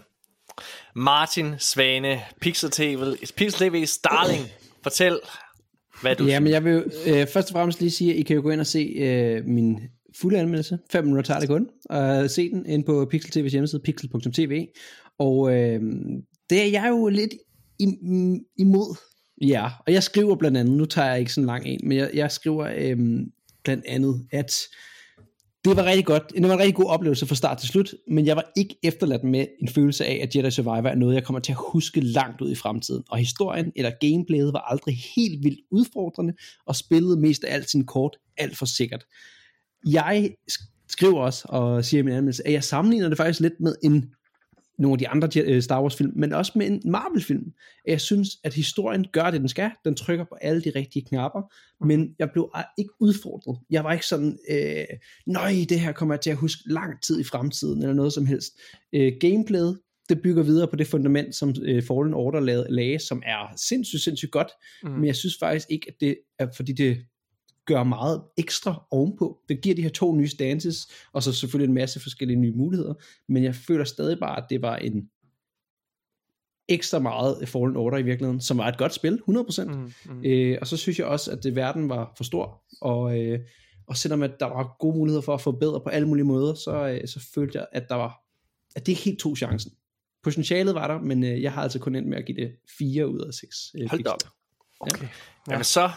Martin Svane, Pixel TV's darling. Fortæl, hvad du synes. Men jeg vil først og fremmest lige sige, at I kan jo gå ind og se min fulde anmeldelse. 5 minutter tager det kun. Og se den inde på Pixel TV's hjemmeside, pixel.tv. Og det er jeg jo lidt imod. Ja, og jeg skriver blandt andet, nu tager jeg ikke sådan lang en, men jeg skriver blandt andet, at det var rigtig godt. Det var en rigtig god oplevelse fra start til slut, men jeg var ikke efterladt med en følelse af, at Jedi Survivor er noget, jeg kommer til at huske langt ud i fremtiden. Og historien eller gameplayet var aldrig helt vildt udfordrende, og spillede mest af alt sin kort alt for sikkert. Jeg skriver også, og siger i min anmeldelse, at jeg sammenligner det faktisk lidt med nogle af de andre Star Wars film, men også med en Marvel film. Jeg synes, at historien gør det, den skal. Den trykker på alle de rigtige knapper, men jeg blev ikke udfordret. Jeg var ikke sådan, det her kommer jeg til at huske lang tid i fremtiden, eller noget som helst. Gameplayet, det bygger videre på det fundament, som Fallen Order lagde, som er sindssygt godt, men jeg synes faktisk ikke, at det er, fordi det gør meget ekstra ovenpå. Det giver de her 2 nye stances, og så selvfølgelig en masse forskellige nye muligheder, men jeg føler stadig bare, at det var en ekstra meget Fallen Order i virkeligheden, som var et godt spil, 100%. Og så synes jeg også, at verden var for stor, og selvom at der var gode muligheder for at forbedre på alle mulige måder, så følte jeg, at det ikke helt tog chancen. Potentialet var der, men jeg har altså kun endt med at give det 4 ud af 6. Hold da op. Okay. Ja. Jamen så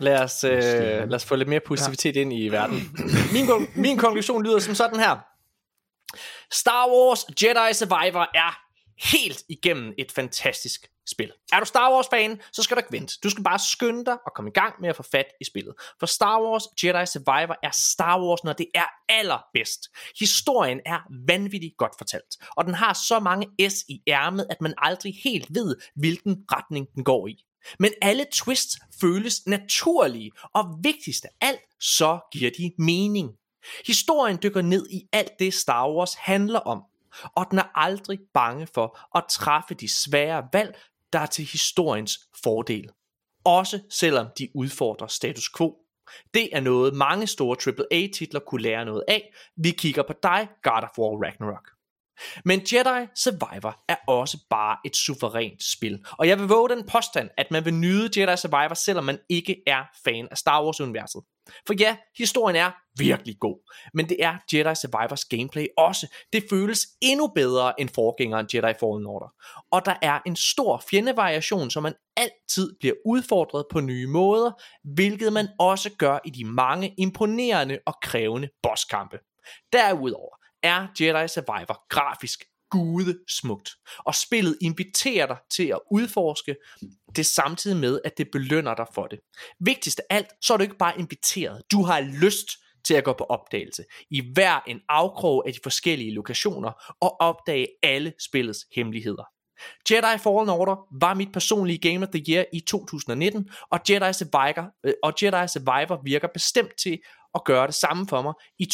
lad os få lidt mere positivitet ind i verden. Min konklusion lyder som sådan her. Star Wars Jedi Survivor er helt igennem et fantastisk spil. Er du Star Wars fan, så skal du ikke vente. Du skal bare skynde dig og komme i gang med at få fat i spillet. For Star Wars Jedi Survivor er Star Wars, når det er allerbedst. Historien er vanvittigt godt fortalt, og den har så mange s i ærmet, at man aldrig helt ved, hvilken retning den går i. Men alle twists føles naturlige, og vigtigst af alt, så giver de mening. Historien dykker ned i alt det Star Wars handler om, og den er aldrig bange for at træffe de svære valg, der er til historiens fordel. Også selvom de udfordrer status quo. Det er noget mange store AAA-titler kunne lære noget af. Vi kigger på dig, God of War Ragnarok. Men Jedi Survivor er også bare et suverænt spil, og jeg vil våge den påstand, at man vil nyde Jedi Survivor, selvom man ikke er fan af Star Wars-universet. For ja, historien er virkelig god, men det er Jedi Survivors gameplay også. Det føles endnu bedre end forgængeren Jedi Fallen Order, og der er en stor fjendevariation, så man altid bliver udfordret på nye måder, hvilket man også gør i de mange imponerende og krævende bosskampe. Derudover er Jedi Survivor grafisk gudesmukt, og spillet inviterer dig til at udforske det samtidig med, at det belønner dig for det. Vigtigst af alt, så er du ikke bare inviteret, du har lyst til at gå på opdagelse i hver en afkrog af de forskellige lokationer og opdage alle spillets hemmeligheder. Jedi Fallen Order var mit personlige Game of the Year i 2019, og Jedi Survivor virker bestemt til at gøre det samme for mig i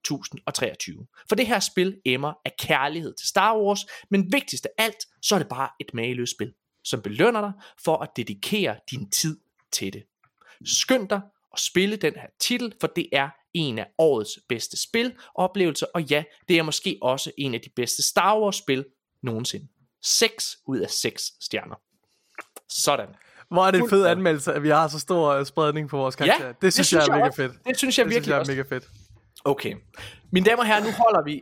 2023. For det her spil emmer af kærlighed til Star Wars, men vigtigst af alt, så er det bare et mageløst spil, som belønner dig for at dedikere din tid til det. Skynd dig at spille den her titel, for det er en af årets bedste spiloplevelser, og ja, det er måske også en af de bedste Star Wars spil nogensinde. 6 ud af 6 stjerner. Sådan. Hvor er det en fed anmeldelse, at vi har så stor spredning på vores karakter. Ja, det synes jeg er mega fedt. Det synes jeg virkelig også. Mega fedt. Okay. Mine damer og herrer, nu holder vi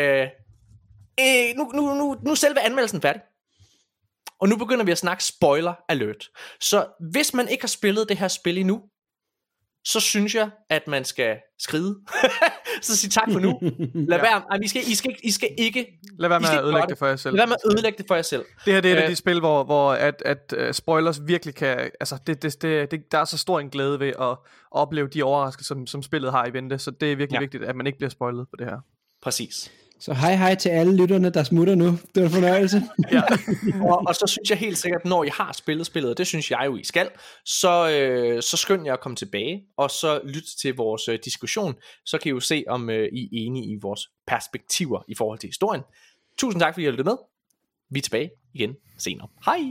nu selve anmeldelsen færdig. Og nu begynder vi at snakke spoiler alert. Så hvis man ikke har spillet det her spil endnu, så synes jeg, at man skal skride. Så sig tak for nu. Lad være. Ej, I skal ikke. Lad være med at ødelægge det for jer selv. Lad være med at ødelægge det for jer selv. Det her det er et af de spil, hvor at spoilers virkelig kan. Altså, der er så stor en glæde ved at opleve de overraskelser, som spillet har i vente. Så det er virkelig vigtigt, at man ikke bliver spoilet på det her. Præcis. Så hej til alle lytterne, der smutter nu. Det var en fornøjelse. Ja. Og så synes jeg helt sikkert, når I har spillet spillet, det synes jeg jo I skal, så skynd jer at komme tilbage, og så lytte til vores diskussion, så kan I jo se, om I er enige i vores perspektiver i forhold til historien. Tusind tak, fordi I lyttede med. Vi er tilbage igen senere. Hej!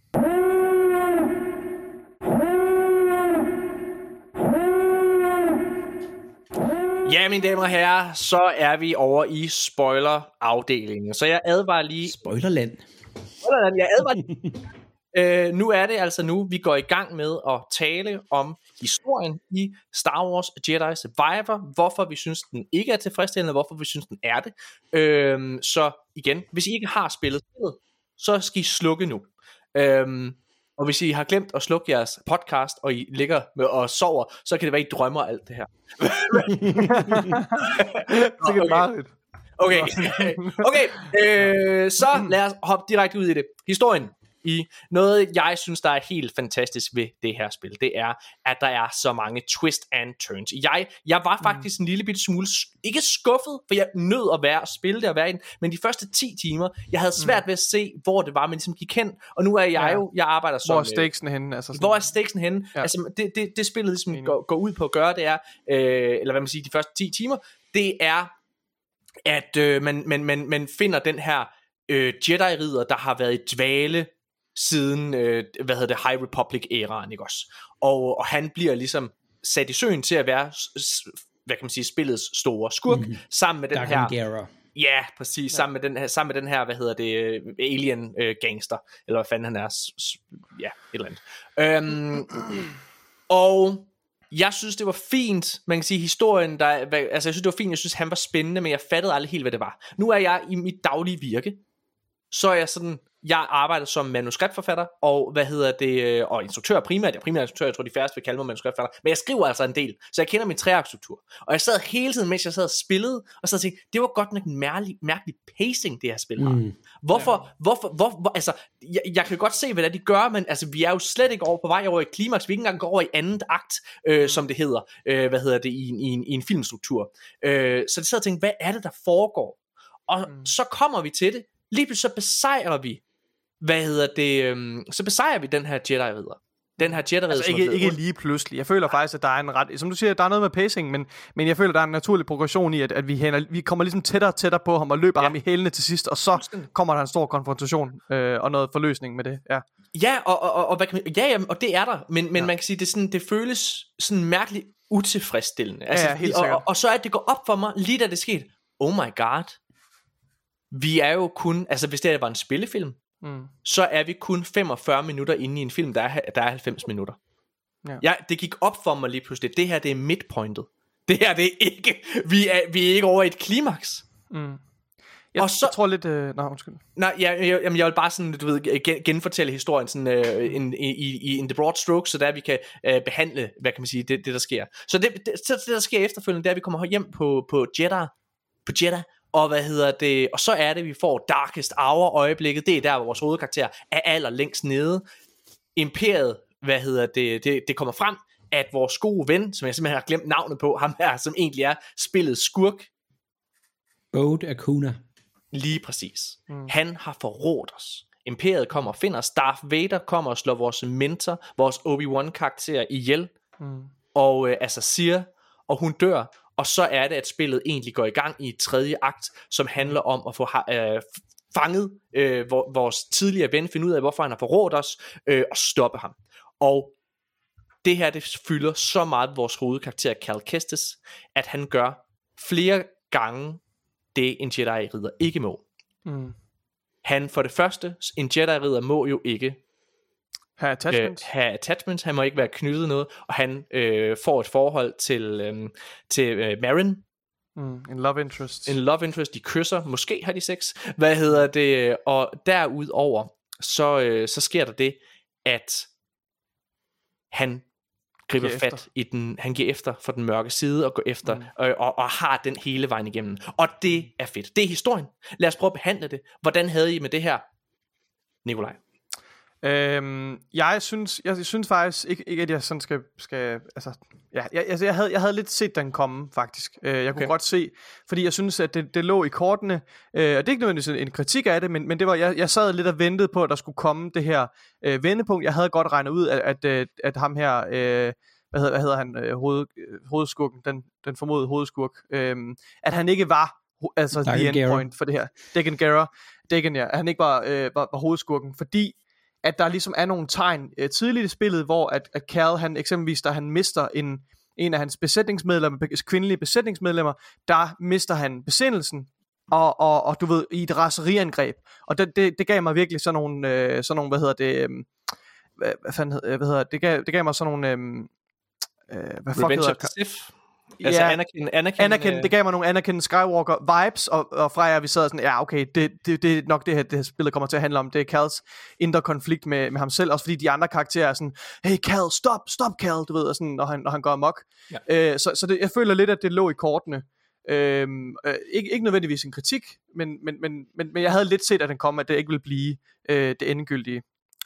Ja, mine damer og herrer, så er vi over i spoiler-afdelingen. Så jeg advarer lige... Spoilerland. Jeg advarer lige. Nu er det altså nu, vi går i gang med at tale om historien i Star Wars Jedi Survivor. Hvorfor vi synes, den ikke er tilfredsstillende, hvorfor vi synes, den er det. Så igen, hvis I ikke har spillet, så skal I slukke nu. Og hvis I har glemt at slukke jeres podcast, og I ligger og sover, så kan det være, I drømmer alt det her. Okay. Så lad os hoppe direkte ud i det. Historien i noget, jeg synes, der er helt fantastisk ved det her spil, det er, at der er så mange twist and turns. Jeg var faktisk en lille bitte smule, ikke skuffet, for jeg nød at spille det og være i den, men de første 10 timer, jeg havde svært ved at se, hvor det var, man ligesom gik hen, og nu er jeg arbejder som... Hvor er stakesen henne? Altså hvor er stakesen henne? Ja. Altså, det spillet ligesom går ud på at gøre, det er, eller hvad man siger, de første 10 timer, det er, at man finder den her Jedi-ridder, der har været i dvale siden High Republic-æraen, ikke også? Og han bliver ligesom sat i søen til at være, hvad kan man sige, spillets store skurk, sammen med den her... Ja, præcis, sammen med den her, alien gangster, eller hvad fanden han er, ja, et eller andet. Og jeg synes, det var fint, man kan sige, historien, jeg synes, det var fint, jeg synes, han var spændende, men jeg fattede aldrig helt, hvad det var. Nu er jeg i mit daglige virke, så er jeg sådan, jeg arbejder som manuskriptforfatter, og og instruktør primært. Jeg er primært instruktør, jeg tror de færreste vil kalde mig manuskriptforfatter, men jeg skriver altså en del, så jeg kender min treaktstruktur. Og jeg sad hele tiden, mens jeg sad og spillede, og så tænkte, det var godt nok en mærkelig pacing, det her spil har. Hvorfor, altså, jeg kan godt se, hvad de gør, men altså, vi er jo slet ikke på vej over i klimaks, vi ikke engang går over i andet akt, som det hedder, i en filmstruktur. Så det sad og tænkte, hvad er det, der foregår? Og så kommer vi til det, lige pludselig så besejrer vi, så besejrer vi den her Jedi-ridder. Den her Jedi-ridder, altså ikke lige pludselig. Jeg føler faktisk, at der er en ret, som du siger, der er noget med pacing, men jeg føler, der er en naturlig progression i, at vi kommer ligesom tættere på ham, og løber ham i hælene til sidst, og så kommer der en stor konfrontation, og noget forløsning med det, Ja, og hvad kan man, og det er der, men man kan sige, det føles sådan mærkeligt utilfredsstillende. Altså, helt sikkert. Og så er det går op for mig, lige da det skete, oh my god, vi er jo kun, altså hvis det var en spillefilm, så er vi kun 45 minutter inde i en film, der er 90 minutter. Ja, det gik op for mig lige pludselig. Det her, det er midpointet. Det her, det er ikke, vi er ikke over i et klimaks. Jeg tror lidt, undskyld. Nej, jeg vil bare sådan, du ved, genfortælle historien sådan in the broad strokes, så der vi kan behandle, hvad kan man sige, det der sker. Så det der sker efterfølgende, det er, at vi kommer hjem på Jeddah, og og så er det, vi får Darkest Hour øjeblikket. Det er der, hvor vores hovedkarakter er allerlængst nede. Imperiet, det kommer frem, at vores gode ven, som jeg simpelthen har glemt navnet på, ham her, som egentlig er spillets skurk, Bode Akuna. lige præcis. Han har forrådt os. Imperiet kommer og finder os. Darth Vader kommer og slår vores mentor, vores Obi-Wan karakter ihjel, og Asasir, og hun dør. Og så er det, at spillet egentlig går i gang i et tredje akt, som handler om at få fanget vores tidligere ven, finde ud af, hvorfor han har forrådt os, og stoppe ham. Og det her, det fylder så meget vores hovedkarakter, Cal Kestis, at han gør flere gange det, en Jedi-ridder ikke må. Han, for det første, en Jedi-ridder må jo ikke have attachments, han må ikke være knyttet noget, og han får et forhold til Marin. En love interest. De kysser, måske har de sex. Og derudover, så sker der det, at han griber fat i den, han giver efter for den mørke side, og går efter, og har den hele vejen igennem. Og det er fedt. Det er historien. Lad os prøve at behandle det. Hvordan havde I med det her, Nikolaj? Jeg synes faktisk ikke at jeg sådan skal altså jeg havde lidt set den komme faktisk. Jeg kunne godt se, fordi jeg synes at det lå i kortene, og det er ikke nødvendigvis en kritik af det, men det var jeg sad lidt og ventede på, at der skulle komme det her vendepunkt. Jeg havde godt regnet ud at ham her hvad hedder han, hovedskurken, den formodede hovedskurk, at han ikke var altså the endpoint for det her. Dagan, ja, at han ikke var hovedskurken, fordi at der ligesom er nogle tegn tidligt i spillet, hvor at Cal, han eksempelvis, da han mister en af hans besætningsmedlemmer, kvindelige besætningsmedlemmer, der mister han besindelsen, og du ved, i et raseriangreb. Og det gav mig virkelig sådan nogle det gav mig sådan nogle Revenge of the Sith. Altså Anakin, det gav mig nogle Anakin Skywalker vibes, og fra jer vi sad sådan, ja okay, det er nok det her spillet kommer til at handle om. Det er Cals indre konflikt med ham selv, også fordi de andre karakterer er sådan, hey Cal, stop Cal, du ved, og sådan, når han går amok. Ja. Så det, jeg føler lidt, at det lå i kortene. Ikke nødvendigvis en kritik, men jeg havde lidt set, at den kom, at det ikke ville blive det endegyldige.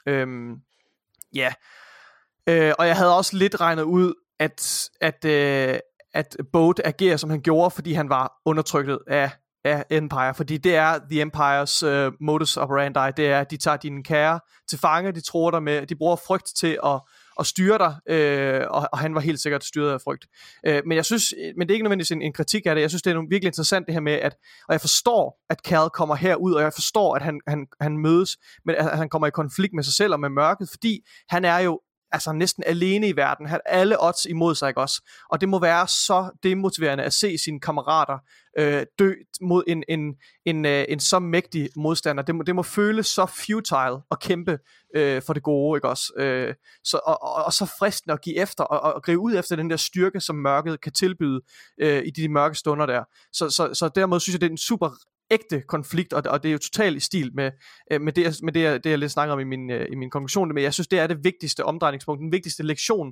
Og jeg havde også lidt regnet ud, at Bode agerer, som han gjorde, fordi han var undertrykket af Empire, fordi det er The Empires modus operandi, det er, at de tager dine kære til fange, de tror dig med, de bruger frygt til at styre dig, og han var helt sikkert styret af frygt. Men jeg synes, men det er ikke nødvendigvis en kritik af det, jeg synes, det er virkelig interessant det her med, og jeg forstår, at Cal kommer herud, og jeg forstår, at han mødes, men at han kommer i konflikt med sig selv og med mørket, fordi han er jo altså næsten alene i verden, har alle odds imod sig, ikke også? Og det må være så demotiverende at se sine kammerater dø mod en så mægtig modstander. Det må føles så futile at kæmpe for det gode, ikke også? Og så fristende at give efter og gribe ud efter den der styrke, som mørket kan tilbyde i de mørke stunder der. Så dermed synes jeg, det er en super ægte konflikt, og det er jo totalt i stil med det jeg lidt snakker om i min konklusion, men jeg synes, det er det vigtigste omdrejningspunkt, den vigtigste lektion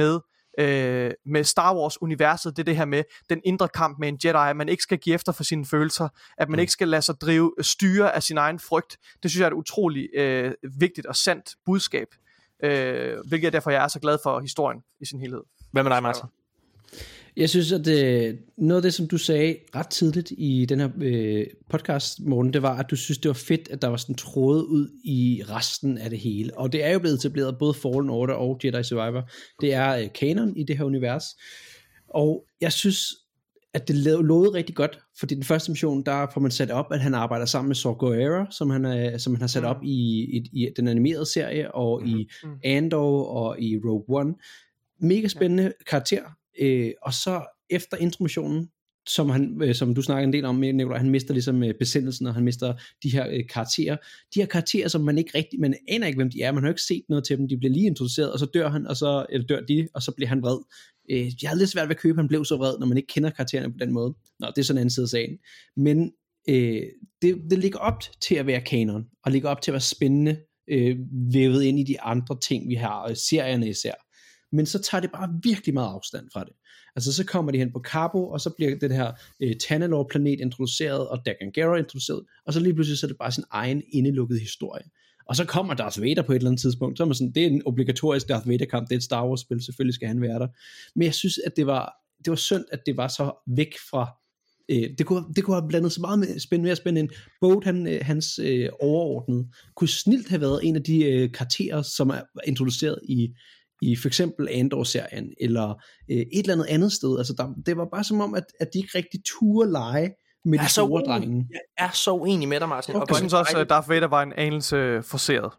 med Star Wars-universet, det er det her med den indre kamp med en Jedi, at man ikke skal give efter for sine følelser, at man ikke skal lade sig styre af sin egen frygt. Det synes jeg er et utroligt vigtigt og sandt budskab, hvilket er derfor, jeg er så glad for historien i sin helhed. Hvad med dig, Martin? Jeg synes, at noget af det, som du sagde ret tidligt i den her podcast, Morten, det var, at du synes, det var fedt, at der var sådan trådet ud i resten af det hele. Og det er jo blevet etableret både Fallen Order og Jedi Survivor. Det er kanon i det her univers. Og jeg synes, at det lovede rigtig godt, fordi den første mission, der får man sat op, at han arbejder sammen med Saw Gerrera, som han har sat op i den animerede serie, og i Andor og i Rogue One. Mega spændende karakter. Og så efter intromissionen, som du snakker en del om med, Nicolaj, han mister ligesom besindelsen, og han mister de her karakterer, som man aner ikke, hvem de er, man har ikke set noget til dem, de bliver lige introduceret, og så dør han, eller dør de, og så bliver han vred. Jeg havde lidt svært ved at købe, han blev så vred, når man ikke kender karaktererne på den måde. Nå, det er sådan en anden side af sagen. Men det ligger op til at være kanon, og ligger op til at være spændende, vævet ind i de andre ting, vi har, serierne især. Men så tager det bare virkelig meget afstand fra det. Altså så kommer de hen på Cabo, og så bliver den her Tanalorr-planet introduceret, og Dagan Gera introduceret, og så lige pludselig så er det bare sin egen indelukket historie. Og så kommer Darth Vader på et eller andet tidspunkt, så er man sådan, det er en obligatorisk Darth Vader-kamp, det er et Star Wars-spil, selvfølgelig skal han være der. Men jeg synes, at det var synd, at det var så væk fra, det kunne have blandet så meget mere spændende end Boat, hans overordnede, kunne snilt have været en af de karakterer, som er introduceret i for eksempel Andor-serien, eller et eller andet sted. Altså det var bare som om, at de ikke rigtig turde lege med de store drenge. Jeg er så uenig med dig, Martin. Okay. Jeg synes også, at Darth Vader var en anelse forceret.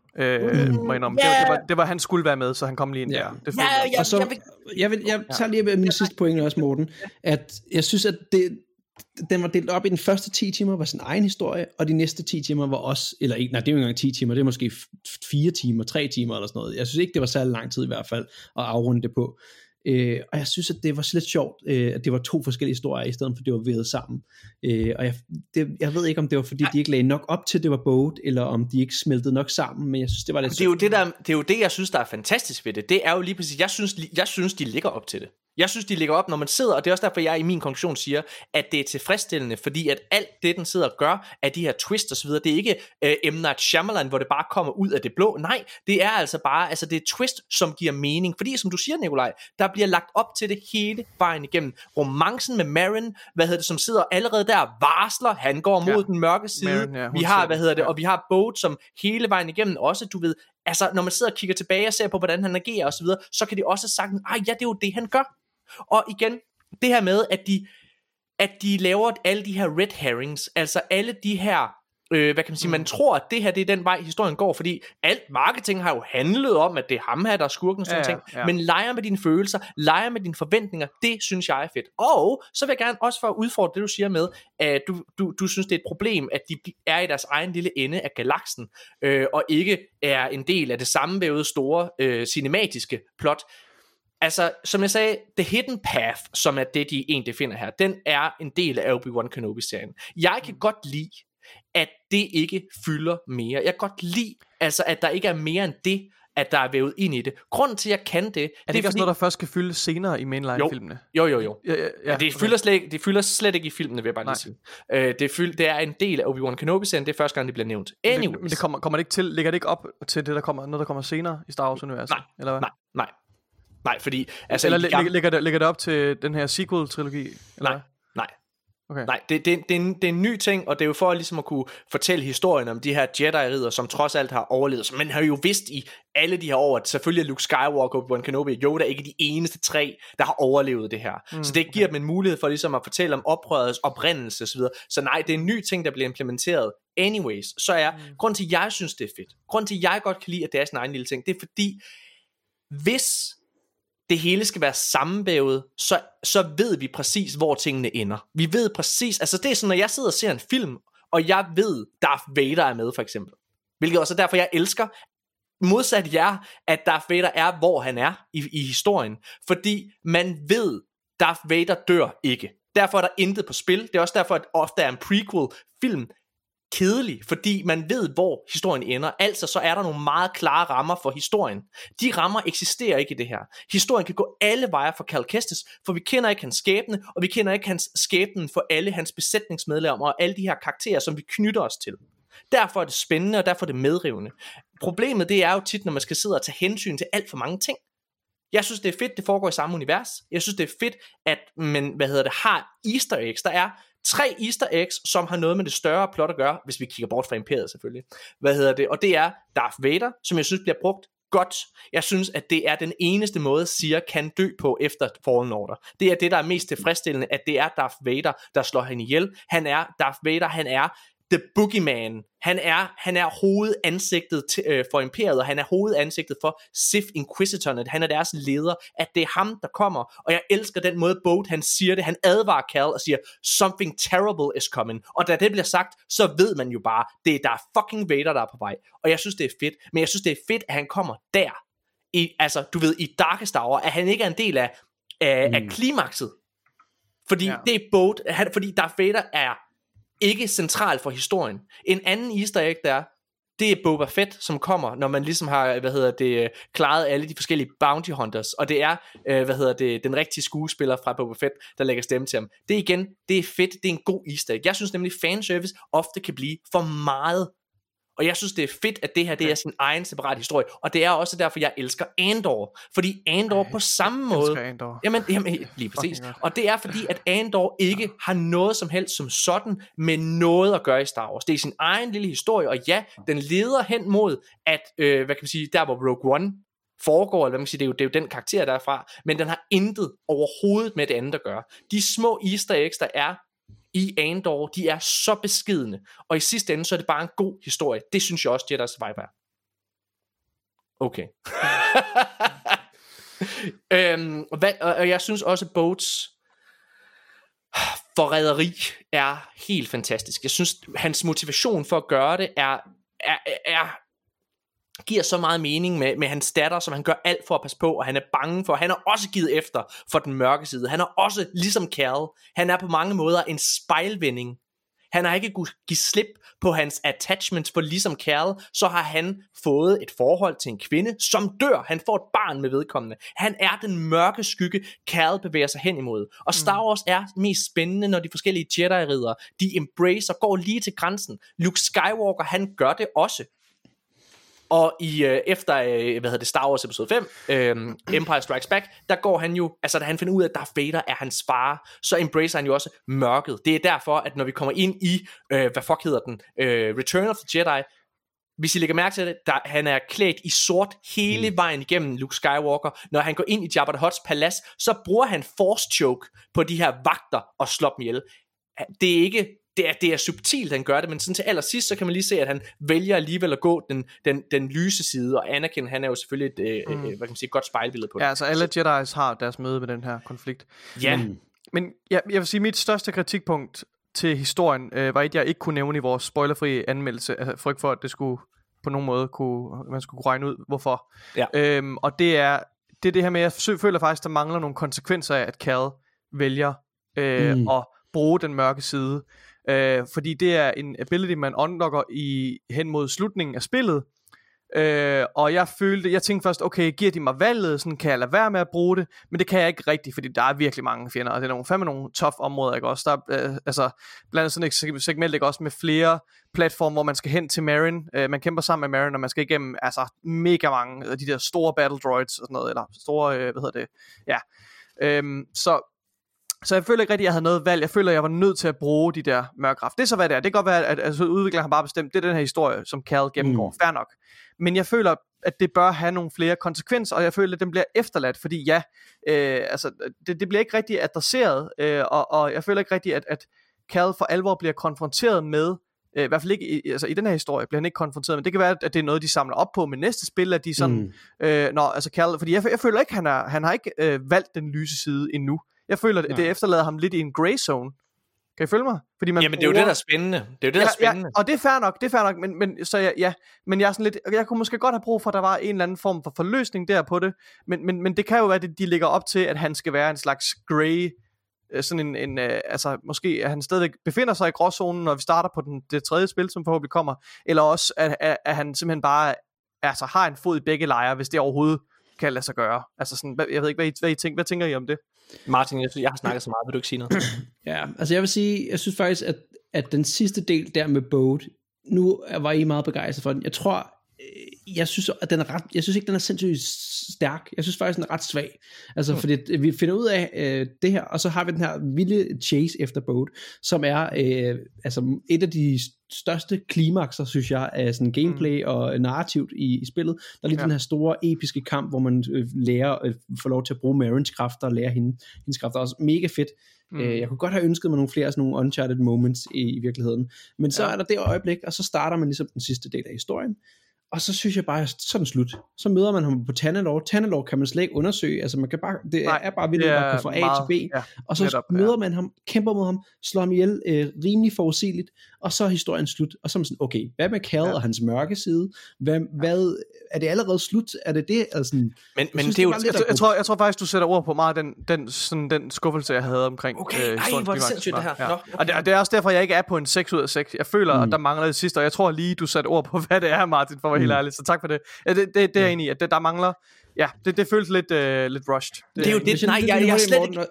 Det var han skulle være med, så han kom lige ind der. Jeg tager lige min sidste pointe også, Morten, at jeg synes, at den var delt op i den første 10 timer var sin egen historie, og de næste 10 timer var også, det er jo ikke engang 10 timer, det er måske 4 timer, 3 timer eller sådan noget. Jeg synes ikke, det var særlig lang tid i hvert fald at afrunde det på. Og jeg synes, at det var lidt sjovt, at det var 2 forskellige historier, i stedet for at det var vævet sammen. Og jeg ved ikke, om det var fordi, de ikke lagde nok op til, at det var Boat, eller om de ikke smeltede nok sammen, men jeg synes, det var lidt det er jo det, jeg synes, der er fantastisk ved det. Det er jo lige præcis, jeg synes, de ligger op til det. Jeg synes, de ligger op, når man sidder, og det er også derfor, jeg i min konklusion siger, at det er tilfredsstillende, fordi at alt det, den sidder og gør, af de her twists og så videre, det er ikke M. Night Shyamalan, hvor det bare kommer ud af det blå. Nej, det er altså bare, det er twist, som giver mening. Fordi, som du siger, Nikolaj, der bliver lagt op til det hele vejen igennem. Romancen med Marin, som sidder allerede der, varsler, han går mod den mørke side. Marin, vi har, og vi har Boat, som hele vejen igennem også, du ved, når man sidder og kigger tilbage og ser på, hvordan han agerer og så videre, så kan de også sagt, det er jo det, han gør. Og igen, det her med, at de laver alle de her red herrings, altså alle de her, hvad kan man sige, man tror, at det her, det er den vej, historien går, fordi alt marketing har jo handlet om, at det er ham her, der er skurken og sådan ting, men leger med dine følelser, leger med dine forventninger, det synes jeg er fedt. Og så vil jeg gerne også for at udfordre det, du siger med, at du synes, det er et problem, at de er i deres egen lille ende af galaksen, og ikke er en del af det sammenvævede store cinematiske plot. Altså, som jeg sagde, The Hidden Path, som er det, de egentlig finder her, den er en del af Obi-Wan Kenobi-serien. Jeg kan godt lide, at det ikke fylder mere. Jeg kan godt lide, at der ikke er mere end det, at der er vævet ind i det. Grunden til, at jeg kan det... Er det ikke også noget, der først skal fylde senere i mainline-filmene? Jo. Ja, det fylder slet ikke i filmene, vil jeg bare lige sige. Det er en del af Obi-Wan Kenobi-serien, det er første gang, det bliver nævnt. Men det kommer det ikke til, ligger det ikke op til det, noget, der kommer senere i Star Wars-universet? Nej, fordi... ligger det op til den her sequel-trilogi? Eller? Nej. Okay. Nej, det er en ny ting, og det er jo for ligesom at kunne fortælle historien om de her Jedi-ridder, som trods alt har overlevet. Men har jo vidst i alle de her år, at selvfølgelig er Luke Skywalker, Obi-Wan Kenobi og Yoda ikke de eneste 3, der har overlevet det her. Så det giver dem en mulighed for ligesom at fortælle om oprørets oprindelse osv. Så nej, det er en ny ting, der bliver implementeret. Anyways, så er grunden til, at jeg synes, det er fedt. Grunden til, at jeg godt kan lide, at det er sådan en egen lille ting, det er fordi, hvis det hele skal være sammenvævet, så ved vi præcis, hvor tingene ender. Vi ved præcis, det er sådan, når jeg sidder og ser en film, og jeg ved, Darth Vader er med, for eksempel. Hvilket også er derfor, jeg elsker, modsat jer, at Darth Vader er, hvor han er i historien. Fordi man ved, Darth Vader dør ikke. Derfor er der intet på spil. Det er også derfor, at ofte er en prequel-film kedelig, fordi man ved, hvor historien ender. Altså, så er der nogle meget klare rammer for historien. De rammer eksisterer ikke i det her. Historien kan gå alle veje for Cal Kestis, for vi kender ikke hans skæbne, og vi kender ikke hans skæbnen for alle hans besætningsmedlemmer og alle de her karakterer, som vi knytter os til. Derfor er det spændende, og derfor er det medrivende. Problemet, det er jo tit, når man skal sidde og tage hensyn til alt for mange ting. Jeg synes, det er fedt, det foregår i samme univers. Jeg synes, det er fedt, at man, har easter eggs. Der er 3 easter eggs, som har noget med det større plot at gøre, hvis vi kigger bort fra imperiet selvfølgelig. Og det er Darth Vader, som jeg synes bliver brugt godt. Jeg synes, at det er den eneste måde, Seer kan dø på efter Fallen Order. Det er det, der er mest tilfredsstillende, at det er Darth Vader, der slår hende ihjel. Darth Vader, han er The Boogeyman. Han er hovedansigtet for imperiet, og han er hovedansigtet for Sith Inquisitorne. Han er deres leder, at det er ham, der kommer. Og jeg elsker den måde, Boat, han siger det. Han advarer Cal og siger, something terrible is coming. Og da det bliver sagt, så ved man jo bare, der er fucking Vader, der er på vej. Og jeg synes, det er fedt. Men jeg synes, det er fedt, at han kommer der. I Darkest Hour, at han ikke er en del af klimakset. Fordi det er Boat, fordi Darth Vader er ikke central for historien. En anden easter egg det er Boba Fett, som kommer, når man ligesom har, klaret alle de forskellige bounty hunters, og det er, den rigtige skuespiller fra Boba Fett, der lægger stemme til ham. Det er fedt, det er en god easter egg. Jeg synes nemlig, fanservice ofte kan blive for meget. Og jeg synes, det er fedt, at det her det er sin egen separat historie. Og det er også derfor, jeg elsker Andor. Fordi Andor på samme måde... Jamen, lige præcis. Og det er fordi, at Andor ikke har noget som helst som sådan med noget at gøre i Star Wars. Det er sin egen lille historie, og ja, den leder hen mod, at, der hvor Rogue One foregår, eller det er jo den karakter derfra, men den har intet overhovedet med det andet at gøre. De små easter eggs, der er i Andor, de er så beskedne, og i sidste ende, så er det bare en god historie. Det synes jeg også, Jedi Survivor er. Okay. Og jeg synes også, Boats forræderi er helt fantastisk. Jeg synes, hans motivation for at gøre det giver så meget mening med hans datter, som han gør alt for at passe på, og han er bange for. Han har også givet efter for den mørke side. Han er også, ligesom Cal, han er på mange måder en spejlvending. Han har ikke kunnet give slip på hans attachments, for ligesom Cal, så har han fået et forhold til en kvinde, som dør. Han får et barn med vedkommende. Han er den mørke skygge, Cal bevæger sig hen imod. Og Star Wars er mest spændende, når de forskellige Jedi-riddere, de embracer, går lige til grænsen. Luke Skywalker, han gør det også. Og efter Star Wars episode 5, Empire Strikes Back, der går han jo, da han finder ud af, at Darth Vader er hans far, så embracer han jo også mørket. Det er derfor, at når vi kommer ind i, Return of the Jedi, hvis I lægger mærke til det, han er klædt i sort hele vejen igennem, Luke Skywalker. Når han går ind i Jabba the Hutts palads, så bruger han force choke på de her vagter og slår dem ihjel. Det er ikke... Det er subtilt, han gør det, men sådan til allersidst, så kan man lige se, at han vælger alligevel at gå den lyse side, og Anakin, han er jo selvfølgelig et godt spejlbillede på det. Ja, altså alle Jedi's har deres møde med den her konflikt. Ja. Men jeg vil sige, mit største kritikpunkt til historien var et, jeg ikke kunne nævne i vores spoilerfri anmeldelse, altså frygt for, at det skulle på nogen måde man skulle kunne regne ud, hvorfor. Ja. Og det er det her med, at jeg føler faktisk, der mangler nogle konsekvenser af, at Cal vælger at bruge den mørke side. Fordi det er en ability, man unlocker hen mod slutningen af spillet. Og jeg tænkte først, okay, giver de mig valget, sådan kan jeg lade være med at bruge det, men det kan jeg ikke rigtigt, fordi der er virkelig mange fjender, og det er fandme nogle tough områder, ikke også? Der er blandt andet sådan et segment, ikke også, med flere platforme, hvor man skal hen til Marin, man kæmper sammen med Marin, og man skal igennem, mega mange af de der store battle droids, og sådan noget, eller store, Så jeg føler ikke rigtig, at jeg havde noget valg. Jeg føler, at jeg var nødt til at bruge de der mørkraft. Det er så, hvad det er. Det kan godt være, at udvikleren har bare bestemt, det er den her historie, som Cal gennemgår. Fair nok. Men jeg føler, at det bør have nogle flere konsekvenser, og jeg føler, at den bliver efterladt, fordi det bliver ikke rigtig adresseret, og jeg føler ikke rigtig, at Cal for alvor bliver konfronteret med, i hvert fald ikke, i den her historie bliver han ikke konfronteret, men det kan være, at det er noget, de samler op på med næste spil, at de sådan, Cal, fordi jeg føler ikke, han har ikke valgt den lyse side endnu. Jeg føler, at det efterlader ham lidt i en gray zone. Kan I følge mig? Fordi man Jamen, det er jo det, der er spændende. Det er jo det, der er spændende. Og det er fair nok, men jeg er sådan lidt, jeg kunne måske godt have brug for, at der var en eller anden form for forløsning der på det, men det kan jo være, at de ligger op til, at han skal være en slags gray sådan en altså måske at han stadigvæk befinder sig i gråzonen, når vi starter på det tredje spil, som forhåbentlig kommer, eller også at han simpelthen bare altså har en fod i begge lejre, hvis det overhovedet kan lade sig gøre. Altså sådan, jeg ved ikke, hvad tænker I om det? Martin, jeg har snakket så meget, vil du ikke sige noget? Ja, altså jeg vil sige, jeg synes faktisk, at den sidste del der med Bode, nu var I meget begejstret for den. Jeg synes, at den er jeg synes ikke, den er sindssygt stærk. Jeg synes faktisk, den er ret svag. Altså, fordi vi finder ud af det her, og så har vi den her vilde chase efter Bode, som er altså et af de største klimakser, synes jeg, af sådan gameplay og narrativt i spillet. Der er lige den her store episke kamp, hvor man får lov til at bruge Marins kræfter og lære hendes kræfter. Også mega fedt. Jeg kunne godt have ønsket mig nogle flere sådan nogle uncharted moments i virkeligheden. Men så er der det øjeblik, og så starter man ligesom den sidste del af historien. Og så synes jeg bare, så er den slut. Så møder man ham på Tanalor. Tanalor kan man slet ikke undersøge. Altså man kan bare, det er bare vildt, at man kan få A til B. Og så møder man ham, kæmper mod ham, slår ham ihjel rimelig forudsigeligt. Og så er historien slut. Og så er man sådan, okay, hvad med Cal og hans mørke side? Hvad er det allerede slut? Er det det? Altså, men det er jo, jeg tror faktisk, du sætter ord på meget den skuffelse, jeg havde omkring historien. Hvor er det sindssygt det her. Ja. Og det er også derfor, jeg ikke er på en 6 ud af 6. Jeg føler, at der mangler det sidste, og jeg tror lige, du satte ord på, hvad det er, Martin, for at være helt ærlig. Så tak for det. Det er jeg enig i, at der mangler. Ja, det føles lidt rushed. Det er jo det. Nej, jeg er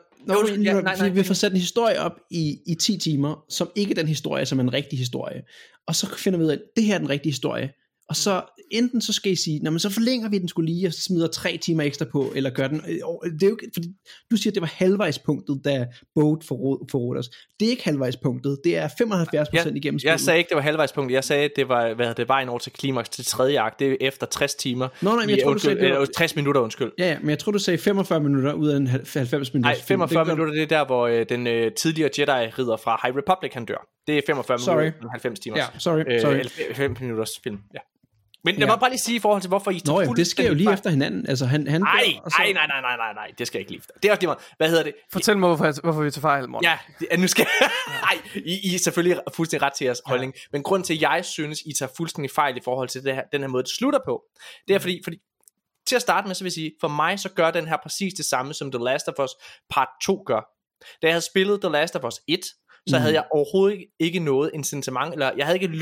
slet ikke. Vi får sat en historie op i 10 timer, som ikke er den historie, som er en rigtig historie. Og så finder vi ud af, at det her er den rigtige historie. Og så enten så skal I sige, men så forlænger vi den skulle lige og smider 3 timer ekstra på, eller gør den. Det er jo ikke, fordi du siger, at det var halvvejspunktet, da Bode forrådte os. Det er ikke halvvejspunktet, det er 75% igennem spillet. Jeg sagde ikke, det var halvvejspunktet. Jeg sagde, at det var vejen over til klimaks til tredje akt. Det er efter 60 timer. Men jeg tror, du sagde, 60 minutter, undskyld. Ja, men jeg tror, du sagde 45 minutter ud af en 90 minutter. Nej, 45 minutter, det er der, hvor den tidligere Jedi-ridder fra High Republic, han dør. Det er 45 minutter, 90 timer. Ja, sorry. 5 minutters film, ja. Men lad mig bare lige sige i forhold til, hvorfor I tager fuldstændig... det sker jo lige efter hinanden. Altså, han nej, det skal jeg ikke lige efter. Det er også lige hvad hedder det? Fortæl mig, hvorfor vi tager fejl, Morten. Ja, nu skal nej, I er selvfølgelig fuldstændig ret til jeres holdning. Men grunden til, at jeg synes, I tager fuldstændig fejl i forhold til det her, den her måde, det slutter på, det er fordi til at starte med, så vil jeg sige, for mig så gør den her præcis det samme, som The Last of Us Part 2 gør. Da jeg havde spillet The Last of Us 1, så havde jeg overhovedet ikke noget incitament, eller jeg havde ikke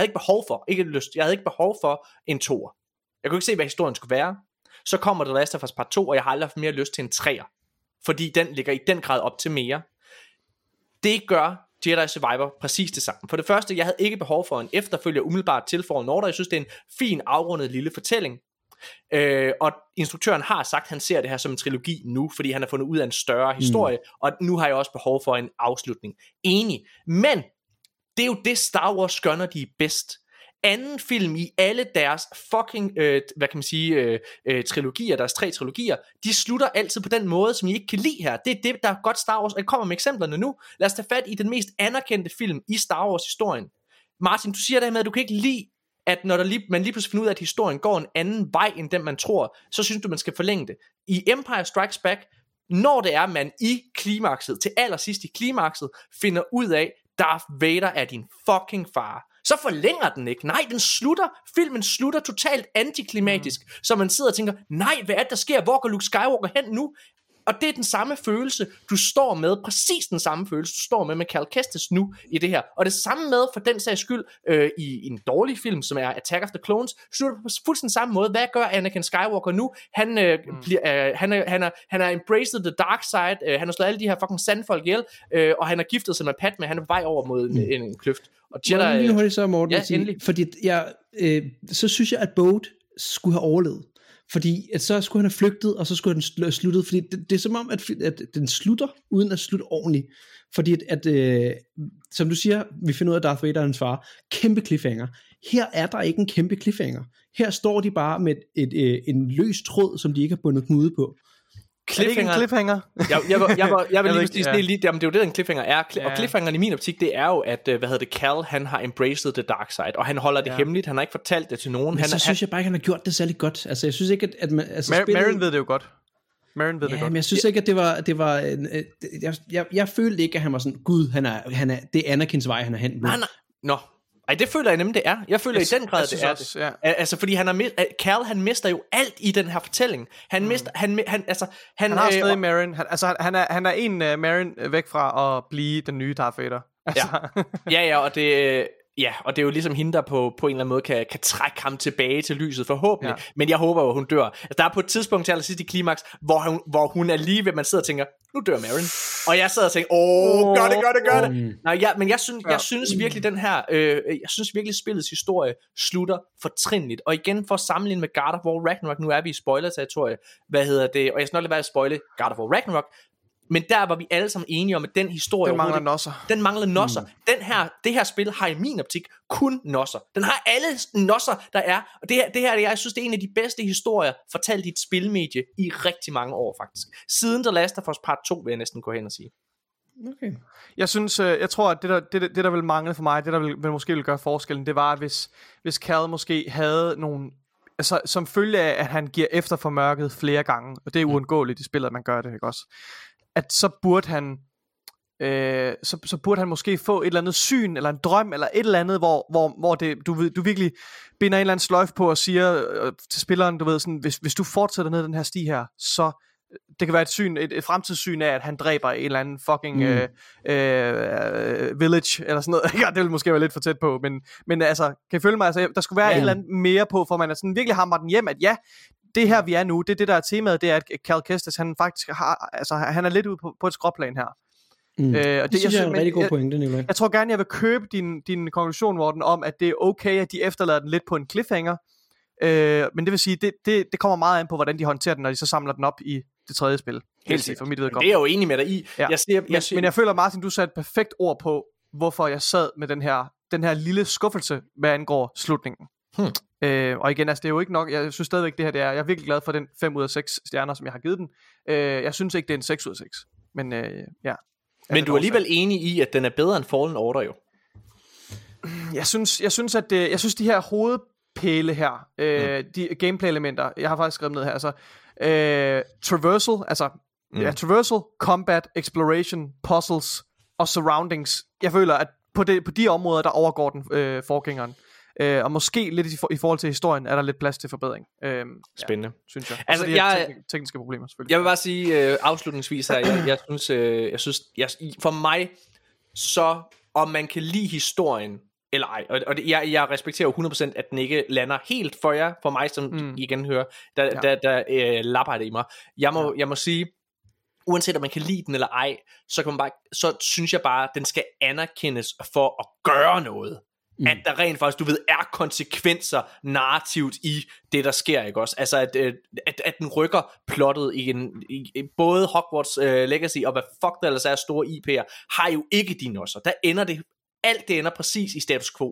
behov for en toer. Jeg kunne ikke se, hvad historien skulle være. Så kommer The Last of Us Part 2, og jeg har aldrig haft mere lyst til en 3'er, fordi den ligger i den grad op til mere. Det gør Jedi Survivor præcis det samme. For det første, jeg havde ikke behov for en efterfølger umiddelbart til Fallen Order. Jeg synes, det er en fin, afrundet lille fortælling. Og instruktøren har sagt, at han ser det her som en trilogi nu, fordi han har fundet ud af en større historie, og nu har jeg også behov for en afslutning. Enig. Men det er jo det Star Wars gør, når de er bedst. Anden film i alle deres fucking trilogier, deres 3 trilogier, de slutter altid på den måde, som I ikke kan lide her. Det er det, der er godt Star Wars, og jeg kommer med eksemplerne nu. Lad os tage fat i den mest anerkendte film i Star Wars historien. Martin, du siger det med, at du kan ikke lide, at når man lige pludselig finder ud af, at historien går en anden vej, end den man tror, så synes du, man skal forlænge det. I Empire Strikes Back, når det er, man i klimakset, til allersidst i klimakset, finder ud af, Darth Vader er din fucking far, så forlænger den ikke. Nej, filmen slutter totalt antiklimatisk, så man sidder og tænker, nej, hvad er det, der sker? Hvor går Luke Skywalker hen nu? Og det er den samme følelse, du står med, præcis den samme følelse, du står med Cal Kestis nu i det her. Og det samme med, for den sags skyld, i en dårlig film, som er Attack of the Clones, slutter på fuldstændig samme måde. Hvad gør Anakin Skywalker nu? Han har embraced the dark side, han har slået alle de her fucking sandfolk ihjel, og han har giftet sig med Padme, han er på vej over mod en kløft. Og Jedi... Må jeg så, Morten, ja, sige, fordi så synes jeg, at Bode skulle have overlevet. Fordi at så skulle han have flygtet, og så skulle han sluttet, fordi det er som om, at den slutter, uden at slutte ordentligt. Fordi at som du siger, vi finder ud af Darth Vader og hans far, kæmpe cliffhanger. Her er der ikke en kæmpe cliffhanger. Her står de bare med en løs tråd, som de ikke har bundet knude på. Cliffhanger. Jeg vil lige sige lige, jamen det er jo det, en cliffhanger er. Og cliffhangeren i min optik, det er jo, at Cal, han har embraced the dark side, og han holder det hemmeligt, han har ikke fortalt det til nogen. Men synes jeg bare ikke, han har gjort det særlig godt. Altså jeg synes ikke, at man... Altså, Marin ved det jo godt. Marin ved det godt. Men jeg synes ikke, at det var jeg følte ikke, at han var sådan, gud, det er Anakins vej, han er hen. Nå, Ej, det føler jeg nemlig, det er. Jeg føler i den grad, det er også, det. Ja. Altså, fordi Cal, han mister jo alt i den her fortælling. Han mister, han har stadig Merrin. Han er en Merrin væk fra at blive den nye Darth Vader. Altså. Ja, og det... Ja, og det er jo ligesom hende, der på en eller anden måde kan trække ham tilbage til lyset, forhåbentlig. Ja. Men jeg håber jo, hun dør. Altså, der er på et tidspunkt til allersidst i klimaks, hvor hun er lige ved, man sidder og tænker, nu dør Merrin. Og jeg sidder og tænker, gør det. Nej, men jeg synes virkelig den her, jeg synes virkelig spillets historie slutter fortrinligt. Og igen, for at sammenligne med God of War Ragnarok, nu er vi i spoiler-territorie, og jeg skal nok lade være at spoile God of War Ragnarok, men der var vi alle sammen enige om, at den historie... Den mangler nosser. Den mangler nosser. Det her spil har i min optik kun nosser. Den har alle nosser, der er. Og det her, jeg synes, det er en af de bedste historier fortalt i et spilmedie i rigtig mange år, faktisk. Siden The Last of Us Part 2, vil jeg næsten gå hen og sige. Okay. Jeg tror, at det der vil mangle for mig, det der vil måske ville gøre forskellen, det var, at hvis Cal måske havde nogle... Altså, som følge af, at han giver efter for mørket flere gange, og det er uundgåeligt i spillet, at man gør det, ikke også? At så burde han så burde han måske få et eller andet syn eller en drøm eller et eller andet, hvor det, du virkelig binder en eller anden sløjf på og siger til spilleren, du ved sådan, hvis du fortsætter ned den her sti her, så det kan være et fremtidssyn af, at han dræber en eller anden fucking village eller sådan noget. Ja, det vil måske være lidt for tæt på, men altså, kan I følge mig? Altså, der skulle være et eller andet mere på, for man er sådan virkelig hammer den hjem, at ja, det her vi er nu, det der er temaet, det er, at Cal Kestis, han faktisk har, altså han er lidt ude på et skråplan her. Og det synes jeg er en rigtig god pointe, Nikolaj. Jeg tror gerne, jeg vil købe din konklusion, Morten, om, at det er okay, at de efterlader den lidt på en cliffhanger. Men det vil sige, det kommer meget an på, hvordan de håndterer den, når de så samler den op i det tredje spil. Helt sikkert for mit vedkommende. Det er jeg jo enig med dig i. Ja. Men jeg føler, Martin, du satte et perfekt ord på, hvorfor jeg sad med den her lille skuffelse, hvad angår slutningen. Og igen, altså det er jo ikke nok. Jeg synes stadigvæk det her, jeg er virkelig glad for den 5 ud af 6 stjerner, som jeg har givet den. Jeg synes ikke det er en 6 ud af 6. Men ja. Men du er alligevel enig i, at den er bedre end Fallen Order jo? Jeg synes at de her hovedpæle her, de gameplay elementer, jeg har faktisk skrevet ned her, altså traversal, traversal, combat, exploration, puzzles og surroundings. Jeg føler at på de områder der overgår den forgængeren. Og måske lidt i forhold til historien er der lidt plads til forbedring. Spændende, synes jeg. Altså tekniske problemer selvfølgelig. Jeg vil bare sige afslutningsvis her, jeg synes for mig så om man kan lide historien eller ej, og jeg respekterer jo 100% at den ikke lander helt for jer, for mig som I igen hører, der lapper det i mig. Jeg må sige, uanset om man kan lide den eller ej, så synes jeg bare, at den skal anerkendes for at gøre noget. At der rent faktisk, du ved, er konsekvenser narrativt i det, der sker, ikke også? Altså, at den rykker plottet i både Hogwarts Legacy og hvad fuck der ellers er store IP'er, har jo ikke de nosser. Der ender alt det ender præcis i status quo.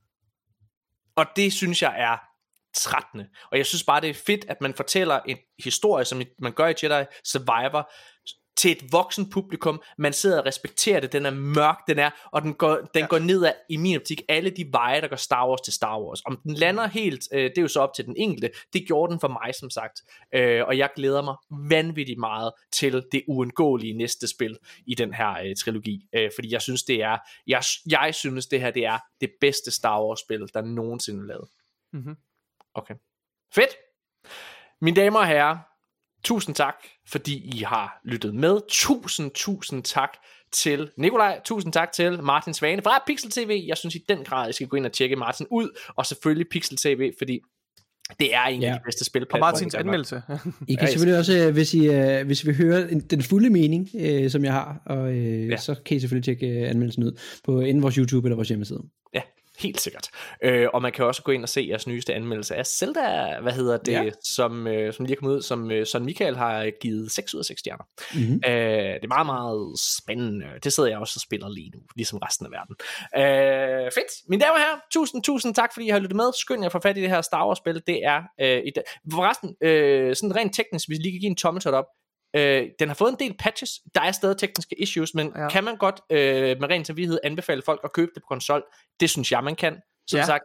Og det synes jeg er trættende. Og jeg synes bare, det er fedt, at man fortæller en historie, som man gør i Jedi Survivor, til et voksen publikum. Man sidder og respekterer det. Den er mørk, og den går ned ad, i min optik, alle de veje, der går Star Wars til Star Wars. Om den lander helt, det er jo så op til den enkelte. Det gjorde den for mig, som sagt. Og jeg glæder mig vanvittigt meget til det uundgåelige næste spil i den her trilogi. Fordi jeg synes, jeg synes, det her det er det bedste Star Wars-spil, der nogensinde er lavet. Mm-hmm. Okay. Fedt! Mine damer og herrer, tusind tak, fordi I har lyttet med. Tusind tak til Nikolaj. Tusind tak til Martin Svane fra Pixel TV. Jeg synes i den grad, I skal gå ind og tjekke Martin ud. Og selvfølgelig Pixel TV, fordi det er en af de bedste spil. Og Martins anmeldelse. I kan selvfølgelig også, hvis vi hører den fulde mening, som jeg har, og så kan I selvfølgelig tjekke anmeldelsen ud på enten vores YouTube eller vores hjemmeside. Ja. Helt sikkert. Og man kan også gå ind og se jeres nyeste anmeldelse af Zelda, som lige er kommet ud, som Søren Michael har givet 6 ud af 6 stjerner. Mm-hmm. Det er meget, meget spændende. Det sidder jeg også og spiller lige nu, ligesom resten af verden. Fedt. Mine damer og herrer, tusind tak, fordi I har lyttet med. Skynd jer at få fat i det her Star Wars-spil. Det er forresten, sådan rent teknisk, hvis I lige kan give en tommeltot op, den har fået en del patches. Der er stadig tekniske issues, men kan man godt med ren samvittighed anbefale folk at købe det på konsol? Det synes jeg man kan, som sagt.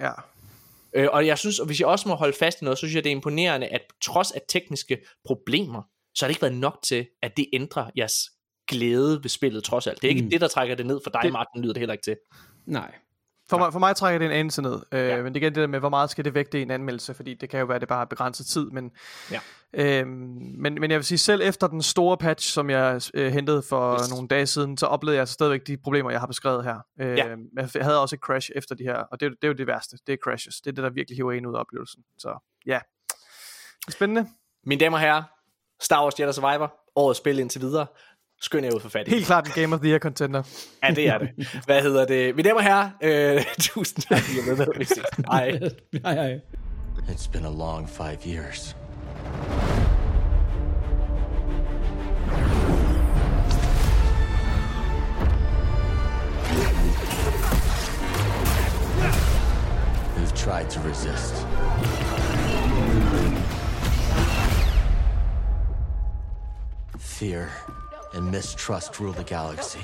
Og jeg synes, og hvis jeg også må holde fast i noget, så synes jeg det er imponerende, at trods af tekniske problemer, så har det ikke været nok til, at det ændrer jeres glæde ved spillet trods alt. Det er ikke det, der trækker det ned for dig, Martin, lyder det heller ikke til. Nej. For mig trækker det en anelse ned. Men det er igen det der med, hvor meget skal det vægte i en anmeldelse, fordi det kan jo være, at det bare er begrænset tid. Men, men jeg vil sige, selv efter den store patch, som jeg hentede for nogle dage siden, så oplevede jeg stadigvæk de problemer, jeg har beskrevet her. Jeg havde også et crash efter de her, og det er jo det værste. Det er crashes. Det er det, der virkelig hiver en ud af oplevelsen. Så ja, spændende. Mine damer og herrer, Star Wars Jedi Survivor, årets spil indtil videre. Skøn jeg ud for fat i. Helt klart en Game of the Year contender. Ja, det er det. Hvad hedder det? Mine damer og herrer, tusind tak, fordi I er med. Vi ses. Hej. Hej. It's been a long 5 years. We've tried to resist. Fear and mistrust rule the galaxy.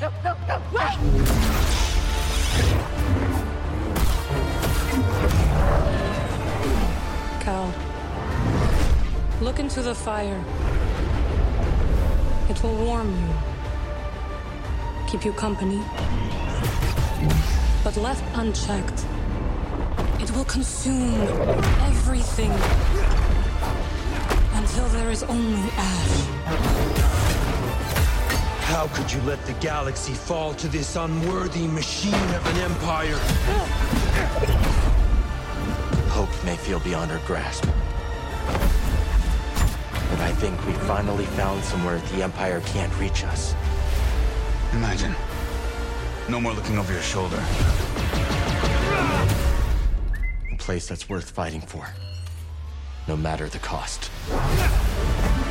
Cal, look into the fire. It will warm you, keep you company. But left unchecked, it will consume everything until there is only ash. How could you let the galaxy fall to this unworthy machine of an empire? Hope may feel beyond our grasp. But I think we finally found somewhere the Empire can't reach us. Imagine. No more looking over your shoulder. A place that's worth fighting for. No matter the cost.